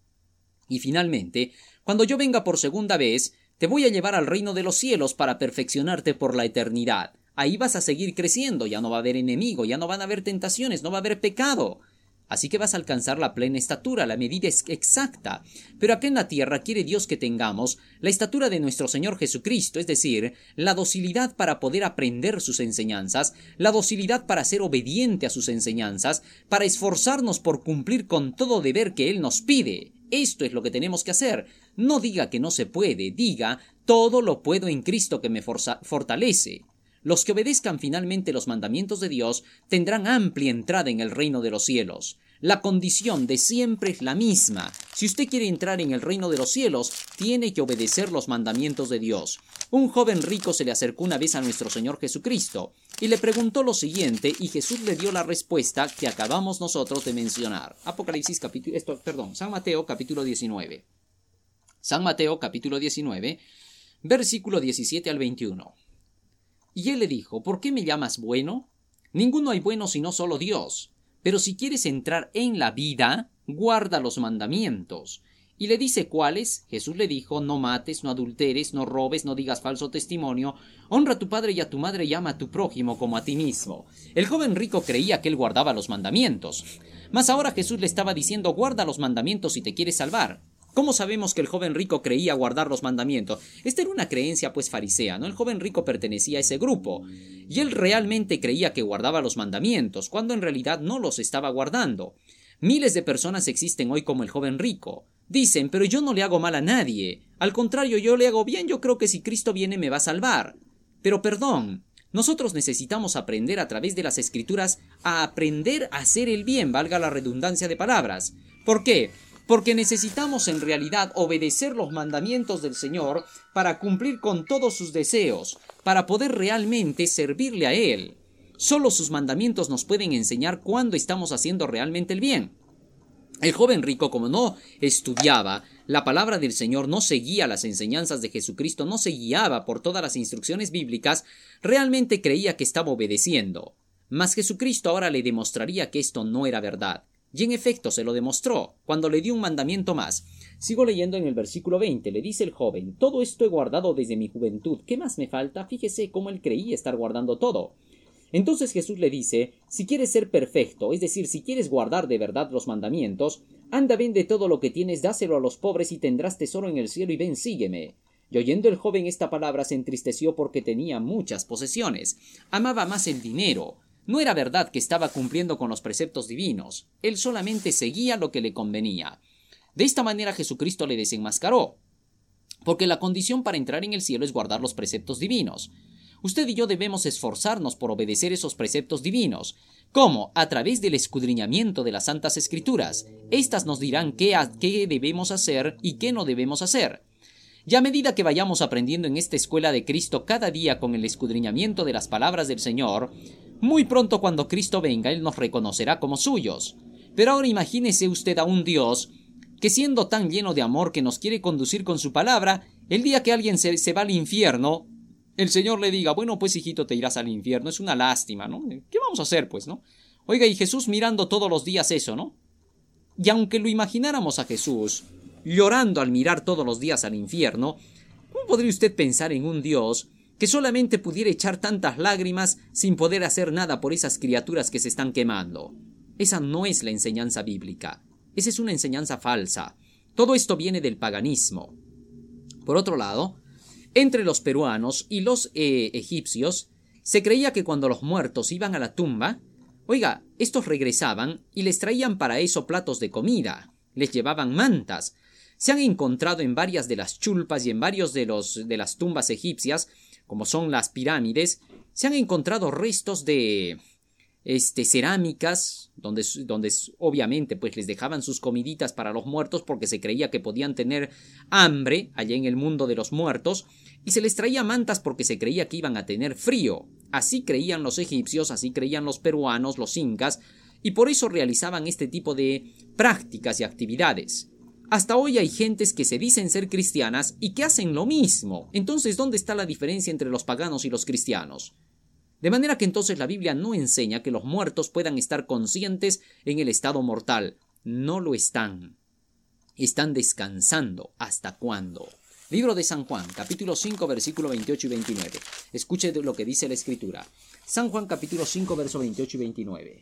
Y finalmente, cuando yo venga por segunda vez, te voy a llevar al reino de los cielos para perfeccionarte por la eternidad. Ahí vas a seguir creciendo, ya no va a haber enemigo, ya no van a haber tentaciones, no va a haber pecado. Así que vas a alcanzar la plena estatura, la medida es exacta. Pero acá en la tierra quiere Dios que tengamos la estatura de nuestro Señor Jesucristo, es decir, la docilidad para poder aprender sus enseñanzas, la docilidad para ser obediente a sus enseñanzas, para esforzarnos por cumplir con todo deber que Él nos pide. Esto es lo que tenemos que hacer. No diga que no se puede, diga, todo lo puedo en Cristo que me fortalece. Los que obedezcan finalmente los mandamientos de Dios tendrán amplia entrada en el reino de los cielos. La condición de siempre es la misma. Si usted quiere entrar en el reino de los cielos, tiene que obedecer los mandamientos de Dios. Un joven rico se le acercó una vez a nuestro Señor Jesucristo y le preguntó lo siguiente, y Jesús le dio la respuesta que acabamos nosotros de mencionar. Apocalipsis capítulo, esto, perdón, San Mateo capítulo diecinueve. San Mateo capítulo diecinueve, versículo diecisiete al veintiuno. Y él le dijo, ¿por qué me llamas bueno? Ninguno hay bueno sino solo Dios. Pero si quieres entrar en la vida, guarda los mandamientos. Y le dice cuáles. Jesús le dijo, no mates, no adulteres, no robes, no digas falso testimonio, honra a tu padre y a tu madre y ama a tu prójimo como a ti mismo. El joven rico creía que él guardaba los mandamientos. Mas ahora Jesús le estaba diciendo, guarda los mandamientos si te quieres salvar. ¿Cómo sabemos que el joven rico creía guardar los mandamientos? Esta era una creencia pues farisea, ¿no? El joven rico pertenecía a ese grupo, y él realmente creía que guardaba los mandamientos, cuando en realidad no los estaba guardando. Miles de personas existen hoy como el joven rico. Dicen, pero yo no le hago mal a nadie. Al contrario, yo le hago bien, yo creo que si Cristo viene me va a salvar. Pero perdón, nosotros necesitamos aprender a través de las Escrituras a aprender a hacer el bien, valga la redundancia de palabras. ¿Por qué? Porque necesitamos en realidad obedecer los mandamientos del Señor para cumplir con todos sus deseos, para poder realmente servirle a Él. Solo sus mandamientos nos pueden enseñar cuándo estamos haciendo realmente el bien. El joven rico, como no estudiaba la palabra del Señor, no seguía las enseñanzas de Jesucristo, no se guiaba por todas las instrucciones bíblicas, realmente creía que estaba obedeciendo. Mas Jesucristo ahora le demostraría que esto no era verdad. Y en efecto se lo demostró, cuando le dio un mandamiento más. Sigo leyendo en el versículo veinte, le dice el joven, todo esto he guardado desde mi juventud, ¿qué más me falta? Fíjese cómo él creía estar guardando todo. Entonces Jesús le dice, si quieres ser perfecto, es decir, si quieres guardar de verdad los mandamientos, anda, vende todo lo que tienes, dáselo a los pobres y tendrás tesoro en el cielo y ven, sígueme. Y oyendo el joven esta palabra se entristeció porque tenía muchas posesiones, amaba más el dinero. No era verdad que estaba cumpliendo con los preceptos divinos, él solamente seguía lo que le convenía. De esta manera Jesucristo le desenmascaró, porque la condición para entrar en el cielo es guardar los preceptos divinos. Usted y yo debemos esforzarnos por obedecer esos preceptos divinos. ¿Cómo? A través del escudriñamiento de las Santas Escrituras. Estas nos dirán qué, a, qué debemos hacer y qué no debemos hacer. Y a medida que vayamos aprendiendo en esta escuela de Cristo cada día con el escudriñamiento de las palabras del Señor, muy pronto cuando Cristo venga, Él nos reconocerá como suyos. Pero ahora imagínese usted a un Dios que, siendo tan lleno de amor que nos quiere conducir con su palabra, el día que alguien se, se va al infierno, el Señor le diga, bueno, pues hijito, te irás al infierno, es una lástima, ¿no? ¿Qué vamos a hacer, pues, no? Oiga, y Jesús mirando todos los días eso, ¿no? Y aunque lo imagináramos a Jesús llorando al mirar todos los días al infierno, ¿cómo podría usted pensar en un Dios que solamente pudiera echar tantas lágrimas sin poder hacer nada por esas criaturas que se están quemando? Esa no es la enseñanza bíblica. Esa es una enseñanza falsa. Todo esto viene del paganismo. Por otro lado, entre los peruanos y los eh, egipcios, se creía que cuando los muertos iban a la tumba, oiga, estos regresaban y les traían para eso platos de comida, les llevaban mantas. Se han encontrado en varias de las chulpas y en varios de, los, de las tumbas egipcias, como son las pirámides, se han encontrado restos de este, cerámicas, donde, donde obviamente pues les dejaban sus comiditas para los muertos porque se creía que podían tener hambre allá en el mundo de los muertos, y se les traía mantas porque se creía que iban a tener frío. Así creían los egipcios, así creían los peruanos, los incas, y por eso realizaban este tipo de prácticas y actividades. Hasta hoy hay gentes que se dicen ser cristianas y que hacen lo mismo. Entonces, ¿dónde está la diferencia entre los paganos y los cristianos? De manera que entonces la Biblia no enseña que los muertos puedan estar conscientes en el estado mortal. No lo están. Están descansando. ¿Hasta cuándo? Libro de San Juan, capítulo cinco, versículo veintiocho y veintinueve. Escuche lo que dice la Escritura. San Juan, capítulo cinco, verso veintiocho y veintinueve.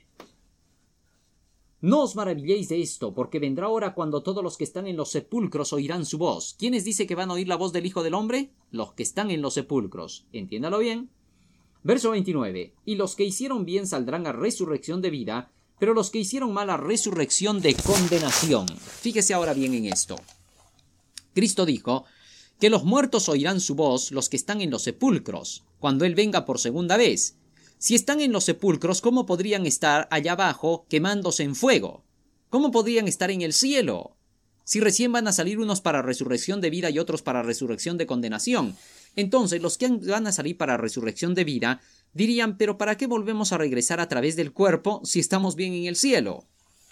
No os maravilléis de esto, porque vendrá hora cuando todos los que están en los sepulcros oirán su voz. ¿Quiénes dice que van a oír la voz del Hijo del Hombre? Los que están en los sepulcros. Entiéndalo bien. Verso veintinueve. Y los que hicieron bien saldrán a resurrección de vida, pero los que hicieron mal a resurrección de condenación. Fíjese ahora bien en esto. Cristo dijo que los muertos oirán su voz, los que están en los sepulcros, cuando Él venga por segunda vez. Si están en los sepulcros, ¿cómo podrían estar allá abajo quemándose en fuego? ¿Cómo podrían estar en el cielo? Si recién van a salir unos para resurrección de vida y otros para resurrección de condenación. Entonces los que van a salir para resurrección de vida dirían, pero ¿para qué volvemos a regresar a través del cuerpo si estamos bien en el cielo?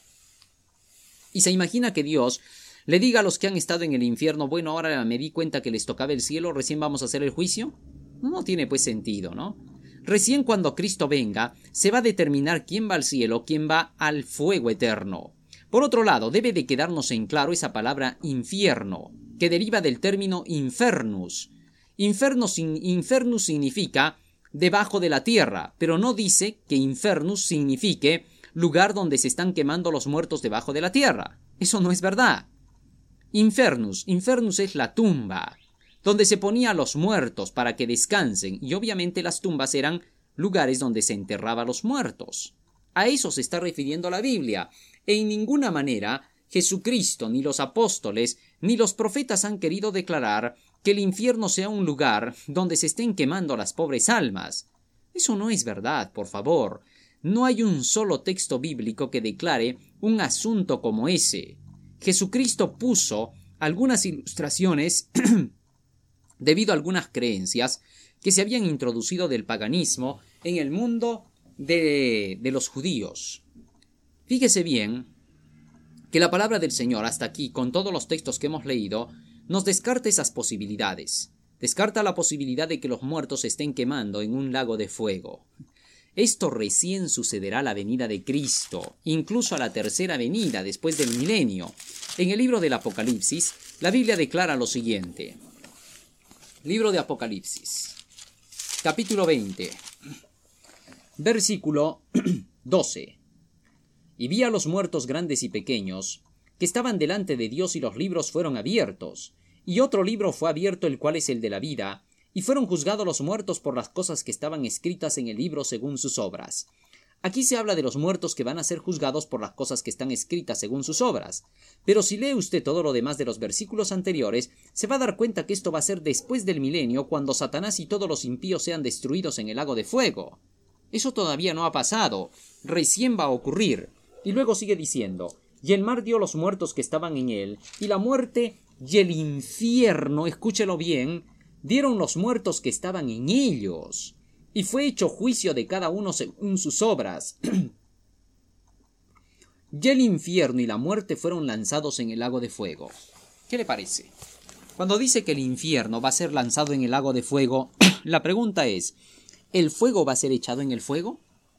Y se imagina que Dios le diga a los que han estado en el infierno, bueno, ahora me di cuenta que les tocaba el cielo, recién vamos a hacer el juicio. No tiene pues sentido, ¿no? Recién cuando Cristo venga, se va a determinar quién va al cielo, quién va al fuego eterno. Por otro lado, debe de quedarnos en claro esa palabra infierno, que deriva del término infernus. Inferno, infernus significa debajo de la tierra, pero no dice que infernus signifique lugar donde se están quemando los muertos debajo de la tierra. Eso no es verdad. Infernus, infernus es la tumba, donde se ponía a los muertos para que descansen, y obviamente las tumbas eran lugares donde se enterraba a los muertos. A eso se está refiriendo la Biblia. En ninguna manera Jesucristo, ni los apóstoles, ni los profetas han querido declarar que el infierno sea un lugar donde se estén quemando las pobres almas. Eso no es verdad, por favor. No hay un solo texto bíblico que declare un asunto como ese. Jesucristo puso algunas ilustraciones debido a algunas creencias que se habían introducido del paganismo en el mundo de, de los judíos. Fíjese bien que la palabra del Señor hasta aquí, con todos los textos que hemos leído, nos descarta esas posibilidades. Descarta la posibilidad de que los muertos se estén quemando en un lago de fuego. Esto recién sucederá a la venida de Cristo, incluso a la tercera venida después del milenio. En el libro del Apocalipsis, la Biblia declara lo siguiente. Libro de Apocalipsis, capítulo veinte, versículo doce. Y vi a los muertos grandes y pequeños, que estaban delante de Dios, y los libros fueron abiertos. Y otro libro fue abierto, el cual es el de la vida, y fueron juzgados los muertos por las cosas que estaban escritas en el libro según sus obras. Aquí se habla de los muertos que van a ser juzgados por las cosas que están escritas según sus obras. Pero si lee usted todo lo demás de los versículos anteriores, se va a dar cuenta que esto va a ser después del milenio, cuando Satanás y todos los impíos sean destruidos en el lago de fuego. Eso todavía no ha pasado, recién va a ocurrir. Y luego sigue diciendo, y el mar dio los muertos que estaban en él, y la muerte y el infierno, escúchelo bien, dieron los muertos que estaban en ellos, y fue hecho juicio de cada uno según sus obras. Y el infierno y la muerte fueron lanzados en el lago de fuego. ¿Qué le parece? Cuando dice que el infierno va a ser lanzado en el lago de fuego, la pregunta es, ¿el fuego va a ser echado en el fuego?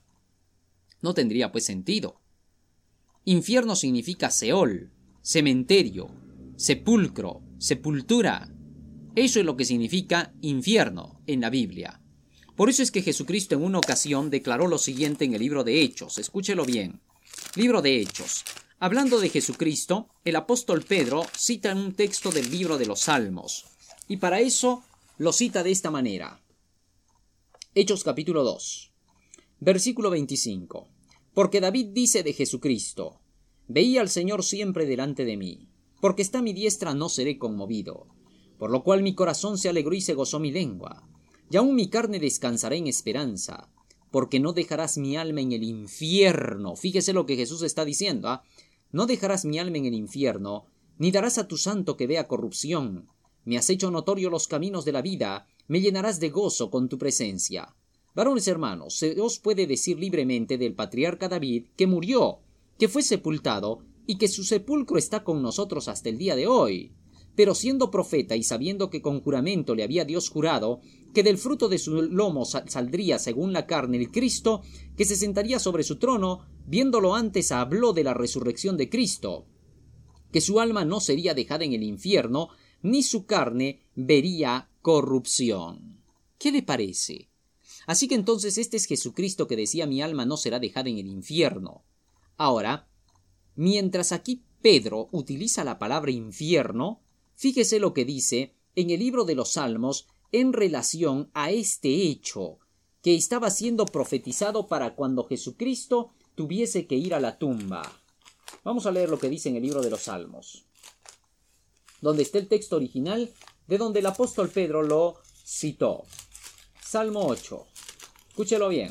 No tendría pues sentido. Infierno significa Seol, cementerio, sepulcro, sepultura. Eso es lo que significa infierno en la Biblia. Por eso es que Jesucristo en una ocasión declaró lo siguiente en el libro de Hechos. Escúchelo bien. Libro de Hechos. Hablando de Jesucristo, el apóstol Pedro cita en un texto del libro de los Salmos. Y para eso lo cita de esta manera. Hechos capítulo dos, versículo veinticinco. Porque David dice de Jesucristo, veía al Señor siempre delante de mí, porque está a mi diestra no seré conmovido. Por lo cual mi corazón se alegró y se gozó mi lengua, y aún mi carne descansará en esperanza, porque no dejarás mi alma en el infierno. Fíjese lo que Jesús está diciendo, ¿ah? No dejarás mi alma en el infierno, ni darás a tu santo que vea corrupción. Me has hecho notorio los caminos de la vida, me llenarás de gozo con tu presencia. Varones hermanos, se os puede decir libremente del patriarca David que murió, que fue sepultado, y que su sepulcro está con nosotros hasta el día de hoy. Pero siendo profeta y sabiendo que con juramento le había Dios jurado que del fruto de su lomo saldría según la carne el Cristo, que se sentaría sobre su trono, viéndolo antes habló de la resurrección de Cristo, que su alma no sería dejada en el infierno, ni su carne vería corrupción. ¿Qué le parece? Así que entonces este es Jesucristo que decía mi alma no será dejada en el infierno. Ahora, mientras aquí Pedro utiliza la palabra infierno, fíjese lo que dice en el libro de los Salmos en relación a este hecho que estaba siendo profetizado para cuando Jesucristo tuviese que ir a la tumba. Vamos a leer lo que dice en el libro de los Salmos, donde está el texto original de donde el apóstol Pedro lo citó. Salmo ocho. Escúchelo bien.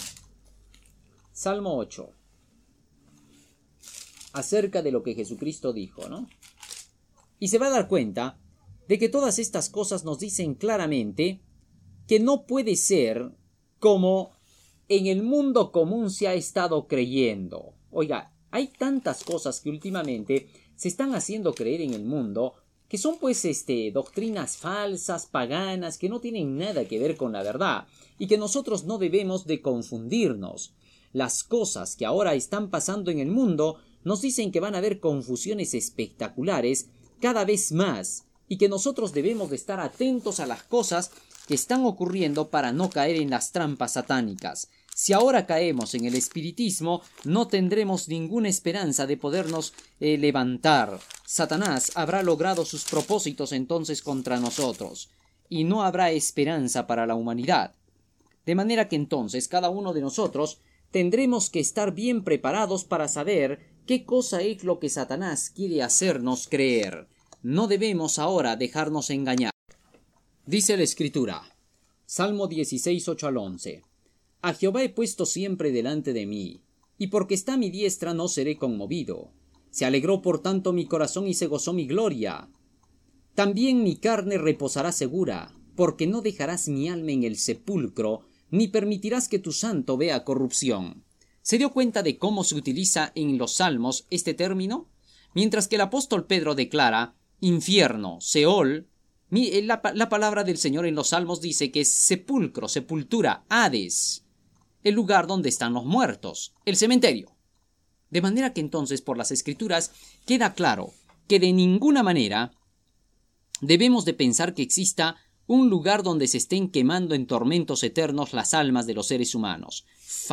Salmo ocho. Acerca de lo que Jesucristo dijo, ¿no? Y se va a dar cuenta de que todas estas cosas nos dicen claramente que no puede ser como en el mundo común se ha estado creyendo. Oiga, hay tantas cosas que últimamente se están haciendo creer en el mundo que son pues este doctrinas falsas, paganas, que no tienen nada que ver con la verdad y que nosotros no debemos de confundirnos. Las cosas que ahora están pasando en el mundo nos dicen que van a haber confusiones espectaculares cada vez más y que nosotros debemos de estar atentos a las cosas que están ocurriendo para no caer en las trampas satánicas. Si ahora caemos en el espiritismo, no tendremos ninguna esperanza de podernos eh, levantar. Satanás habrá logrado sus propósitos entonces contra nosotros, y no habrá esperanza para la humanidad. De manera que entonces cada uno de nosotros tendremos que estar bien preparados para saber qué cosa es lo que Satanás quiere hacernos creer. No debemos ahora dejarnos engañar. Dice la Escritura, Salmo dieciséis, ocho al once. A Jehová he puesto siempre delante de mí, y porque está a mi diestra no seré conmovido. Se alegró por tanto mi corazón y se gozó mi gloria. También mi carne reposará segura, porque no dejarás mi alma en el sepulcro, ni permitirás que tu santo vea corrupción. ¿Se dio cuenta de cómo se utiliza en los Salmos este término? Mientras que el apóstol Pedro declara infierno, Seol, la, la palabra del Señor en los Salmos dice que es sepulcro, sepultura, Hades, el lugar donde están los muertos, el cementerio. De manera que entonces por las Escrituras queda claro que de ninguna manera debemos de pensar que exista un lugar donde se estén quemando en tormentos eternos las almas de los seres humanos.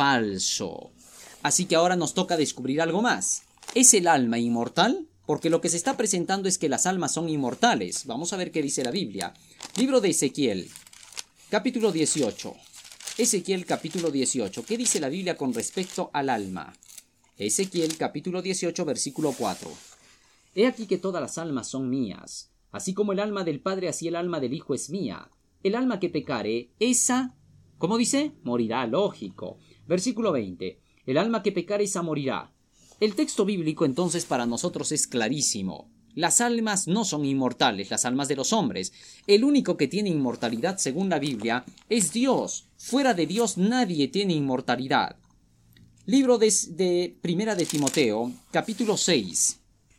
Falso. Así que ahora nos toca descubrir algo más. ¿Es el alma inmortal? Porque lo que se está presentando es que las almas son inmortales. Vamos a ver qué dice la Biblia. Libro de Ezequiel, capítulo dieciocho. Ezequiel capítulo dieciocho. ¿Qué dice la Biblia con respecto al alma? Ezequiel capítulo dieciocho, versículo cuatro. He aquí que todas las almas son mías. Así como el alma del Padre, así el alma del Hijo es mía. El alma que pecare, esa, ¿cómo dice? Morirá, lógico. Versículo veinte. El alma que pecare, esa morirá. El texto bíblico entonces para nosotros es clarísimo. Las almas no son inmortales, las almas de los hombres. El único que tiene inmortalidad según la Biblia es Dios. Fuera de Dios nadie tiene inmortalidad. Libro de, de Primera de Timoteo, capítulo seis,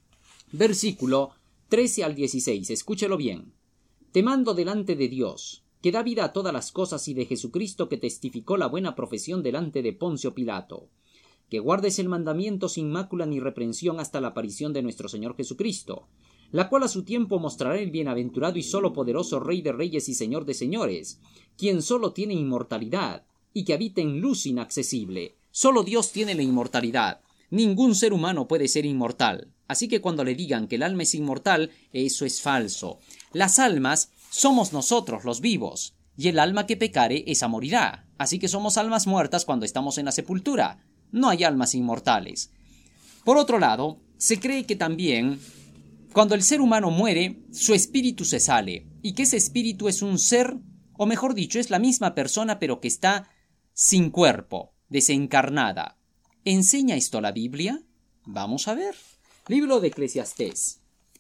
versículo trece al dieciséis. Escúchelo bien. Te mando delante de Dios, que da vida a todas las cosas, y de Jesucristo, que testificó la buena profesión delante de Poncio Pilato, que guardes el mandamiento sin mácula ni reprensión hasta la aparición de nuestro Señor Jesucristo, la cual a su tiempo mostrará el bienaventurado y solo poderoso Rey de reyes y Señor de señores, quien solo tiene inmortalidad, y que habita en luz inaccesible. Solo Dios tiene la inmortalidad. Ningún ser humano puede ser inmortal. Así que cuando le digan que el alma es inmortal, eso es falso. Las almas somos nosotros, los vivos, y el alma que pecare, esa morirá. Así que somos almas muertas cuando estamos en la sepultura. No hay almas inmortales. Por otro lado, se cree que también, cuando el ser humano muere, su espíritu se sale, y que ese espíritu es un ser, o mejor dicho, es la misma persona pero que está sin cuerpo, desencarnada. ¿Enseña esto la Biblia? Vamos a ver. Libro de Eclesiastés.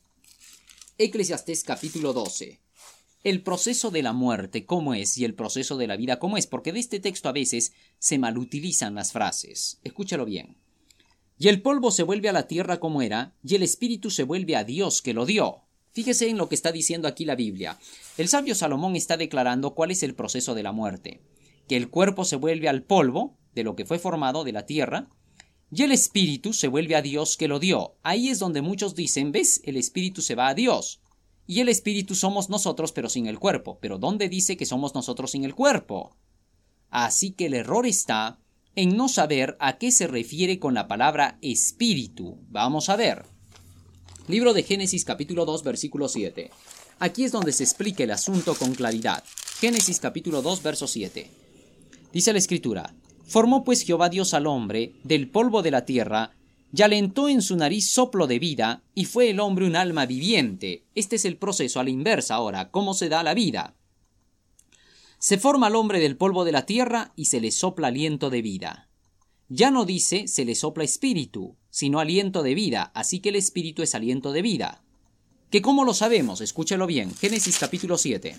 Eclesiastés capítulo doce. El proceso de la muerte, ¿cómo es? Y el proceso de la vida, ¿cómo es? Porque de este texto a veces se malutilizan las frases. Escúchalo bien. Y el polvo se vuelve a la tierra como era, y el espíritu se vuelve a Dios que lo dio. Fíjese en lo que está diciendo aquí la Biblia. El sabio Salomón está declarando cuál es el proceso de la muerte. Que el cuerpo se vuelve al polvo, de lo que fue formado, de la tierra, y el espíritu se vuelve a Dios que lo dio. Ahí es donde muchos dicen, ¿ves? El espíritu se va a Dios. Y el espíritu somos nosotros pero sin el cuerpo. ¿Pero dónde dice que somos nosotros sin el cuerpo? Así que el error está en no saber a qué se refiere con la palabra espíritu. Vamos a ver. Libro de Génesis capítulo dos versículo siete. Aquí es donde se explica el asunto con claridad. Génesis capítulo dos verso siete. Dice la Escritura: Formó pues Jehová Dios al hombre del polvo de la tierra, y alentó en su nariz soplo de vida, y fue el hombre un alma viviente. Este es el proceso a la inversa ahora, ¿cómo se da la vida? Se forma al hombre del polvo de la tierra y se le sopla aliento de vida. Ya no dice se le sopla espíritu, sino aliento de vida, así que el espíritu es aliento de vida. ¿Que cómo lo sabemos? Escúchelo bien. Génesis capítulo siete.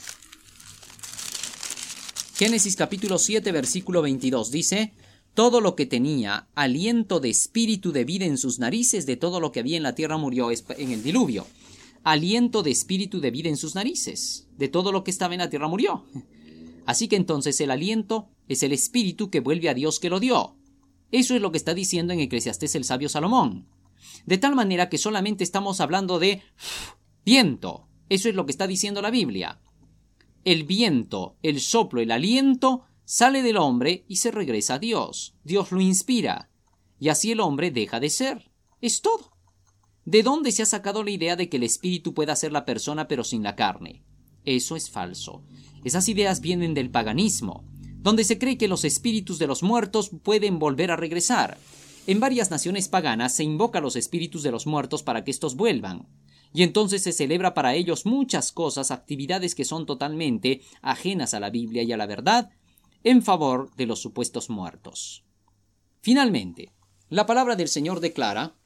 Génesis capítulo siete, versículo veintidós dice: todo lo que tenía aliento de espíritu de vida en sus narices, de todo lo que había en la tierra murió en el diluvio. Aliento de espíritu de vida en sus narices, de todo lo que estaba en la tierra murió. Así que entonces el aliento es el espíritu que vuelve a Dios que lo dio. Eso es lo que está diciendo en Eclesiastés el sabio Salomón. De tal manera que solamente estamos hablando de viento. Eso es lo que está diciendo la Biblia. El viento, el soplo, el aliento sale del hombre y se regresa a Dios. Dios lo inspira. Y así el hombre deja de ser. Es todo. ¿De dónde se ha sacado la idea de que el espíritu pueda ser la persona pero sin la carne? Eso es falso. Esas ideas vienen del paganismo, donde se cree que los espíritus de los muertos pueden volver a regresar. En varias naciones paganas se invoca a los espíritus de los muertos para que éstos vuelvan. Y entonces se celebra para ellos muchas cosas, actividades que son totalmente ajenas a la Biblia y a la verdad, en favor de los supuestos muertos. Finalmente, la palabra del Señor declara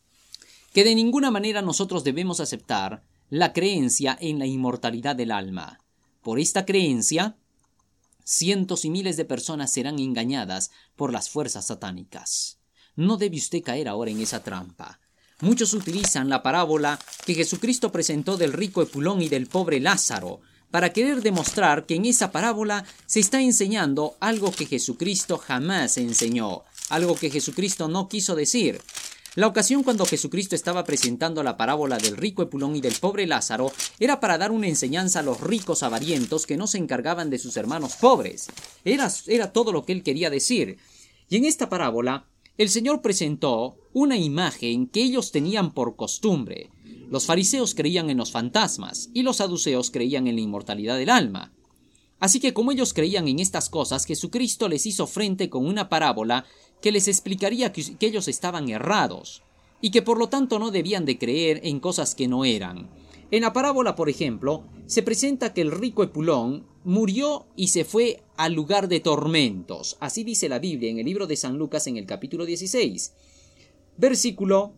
que de ninguna manera nosotros debemos aceptar la creencia en la inmortalidad del alma. Por esta creencia, cientos y miles de personas serán engañadas por las fuerzas satánicas. No debe usted caer ahora en esa trampa. Muchos utilizan la parábola que Jesucristo presentó del rico Epulón y del pobre Lázaro para querer demostrar que en esa parábola se está enseñando algo que Jesucristo jamás enseñó, algo que Jesucristo no quiso decir. La ocasión cuando Jesucristo estaba presentando la parábola del rico Epulón y del pobre Lázaro era para dar una enseñanza a los ricos avarientos que no se encargaban de sus hermanos pobres. Era, era todo lo que él quería decir. Y en esta parábola, el Señor presentó una imagen que ellos tenían por costumbre. Los fariseos creían en los fantasmas y los saduceos creían en la inmortalidad del alma. Así que como ellos creían en estas cosas, Jesucristo les hizo frente con una parábola que les explicaría que, que ellos estaban errados y que por lo tanto no debían de creer en cosas que no eran. En la parábola, por ejemplo, se presenta que el rico Epulón murió y se fue al lugar de tormentos. Así dice la Biblia en el libro de San Lucas en el capítulo dieciséis. Versículo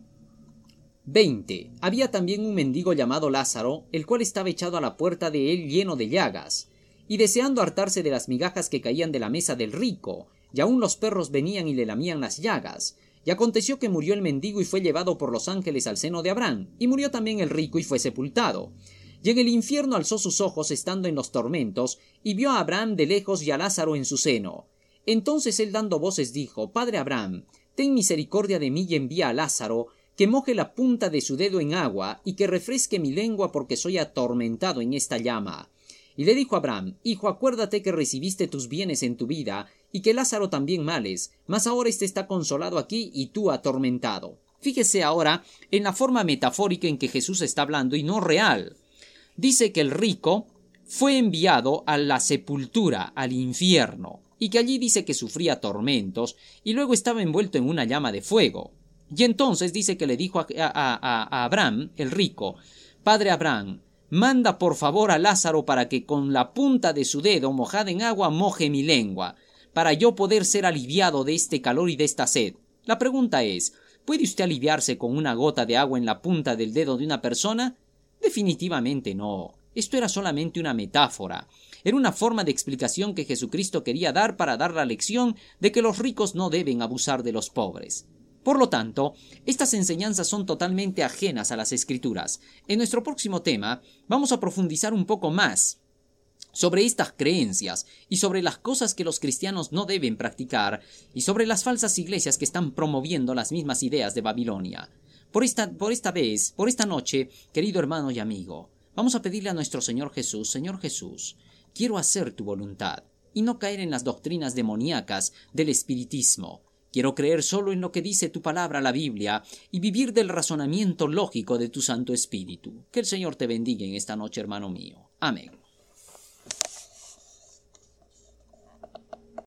veinte. Había también un mendigo llamado Lázaro, el cual estaba echado a la puerta de él lleno de llagas, y deseando hartarse de las migajas que caían de la mesa del rico, y aun los perros venían y le lamían las llagas. Y aconteció que murió el mendigo y fue llevado por los ángeles al seno de Abraham, y murió también el rico y fue sepultado. Y en el infierno alzó sus ojos estando en los tormentos, y vio a Abraham de lejos y a Lázaro en su seno. Entonces él dando voces dijo: Padre Abraham, ten misericordia de mí y envía a Lázaro, que moje la punta de su dedo en agua, y que refresque mi lengua porque soy atormentado en esta llama. Y le dijo Abraham: Hijo, acuérdate que recibiste tus bienes en tu vida, y que Lázaro también males, mas ahora éste está consolado aquí y tú atormentado. Fíjese ahora en la forma metafórica en que Jesús está hablando y no real. Dice que el rico fue enviado a la sepultura, al infierno, y que allí dice que sufría tormentos, y luego estaba envuelto en una llama de fuego. Y entonces dice que le dijo a, a, a, a Abraham, el rico: Padre Abraham, manda por favor a Lázaro para que con la punta de su dedo mojada en agua moje mi lengua, para yo poder ser aliviado de este calor y de esta sed. La pregunta es, ¿puede usted aliviarse con una gota de agua en la punta del dedo de una persona? Definitivamente no. Esto era solamente una metáfora. Era una forma de explicación que Jesucristo quería dar para dar la lección de que los ricos no deben abusar de los pobres. Por lo tanto, estas enseñanzas son totalmente ajenas a las Escrituras. En nuestro próximo tema vamos a profundizar un poco más sobre estas creencias y sobre las cosas que los cristianos no deben practicar y sobre las falsas iglesias que están promoviendo las mismas ideas de Babilonia. Por esta, por esta vez, por esta noche, querido hermano y amigo, vamos a pedirle a nuestro Señor Jesús: Señor Jesús, quiero hacer tu voluntad y no caer en las doctrinas demoníacas del espiritismo. Quiero creer solo en lo que dice tu palabra, la Biblia, y vivir del razonamiento lógico de tu Santo Espíritu. Que el Señor te bendiga en esta noche, hermano mío. Amén.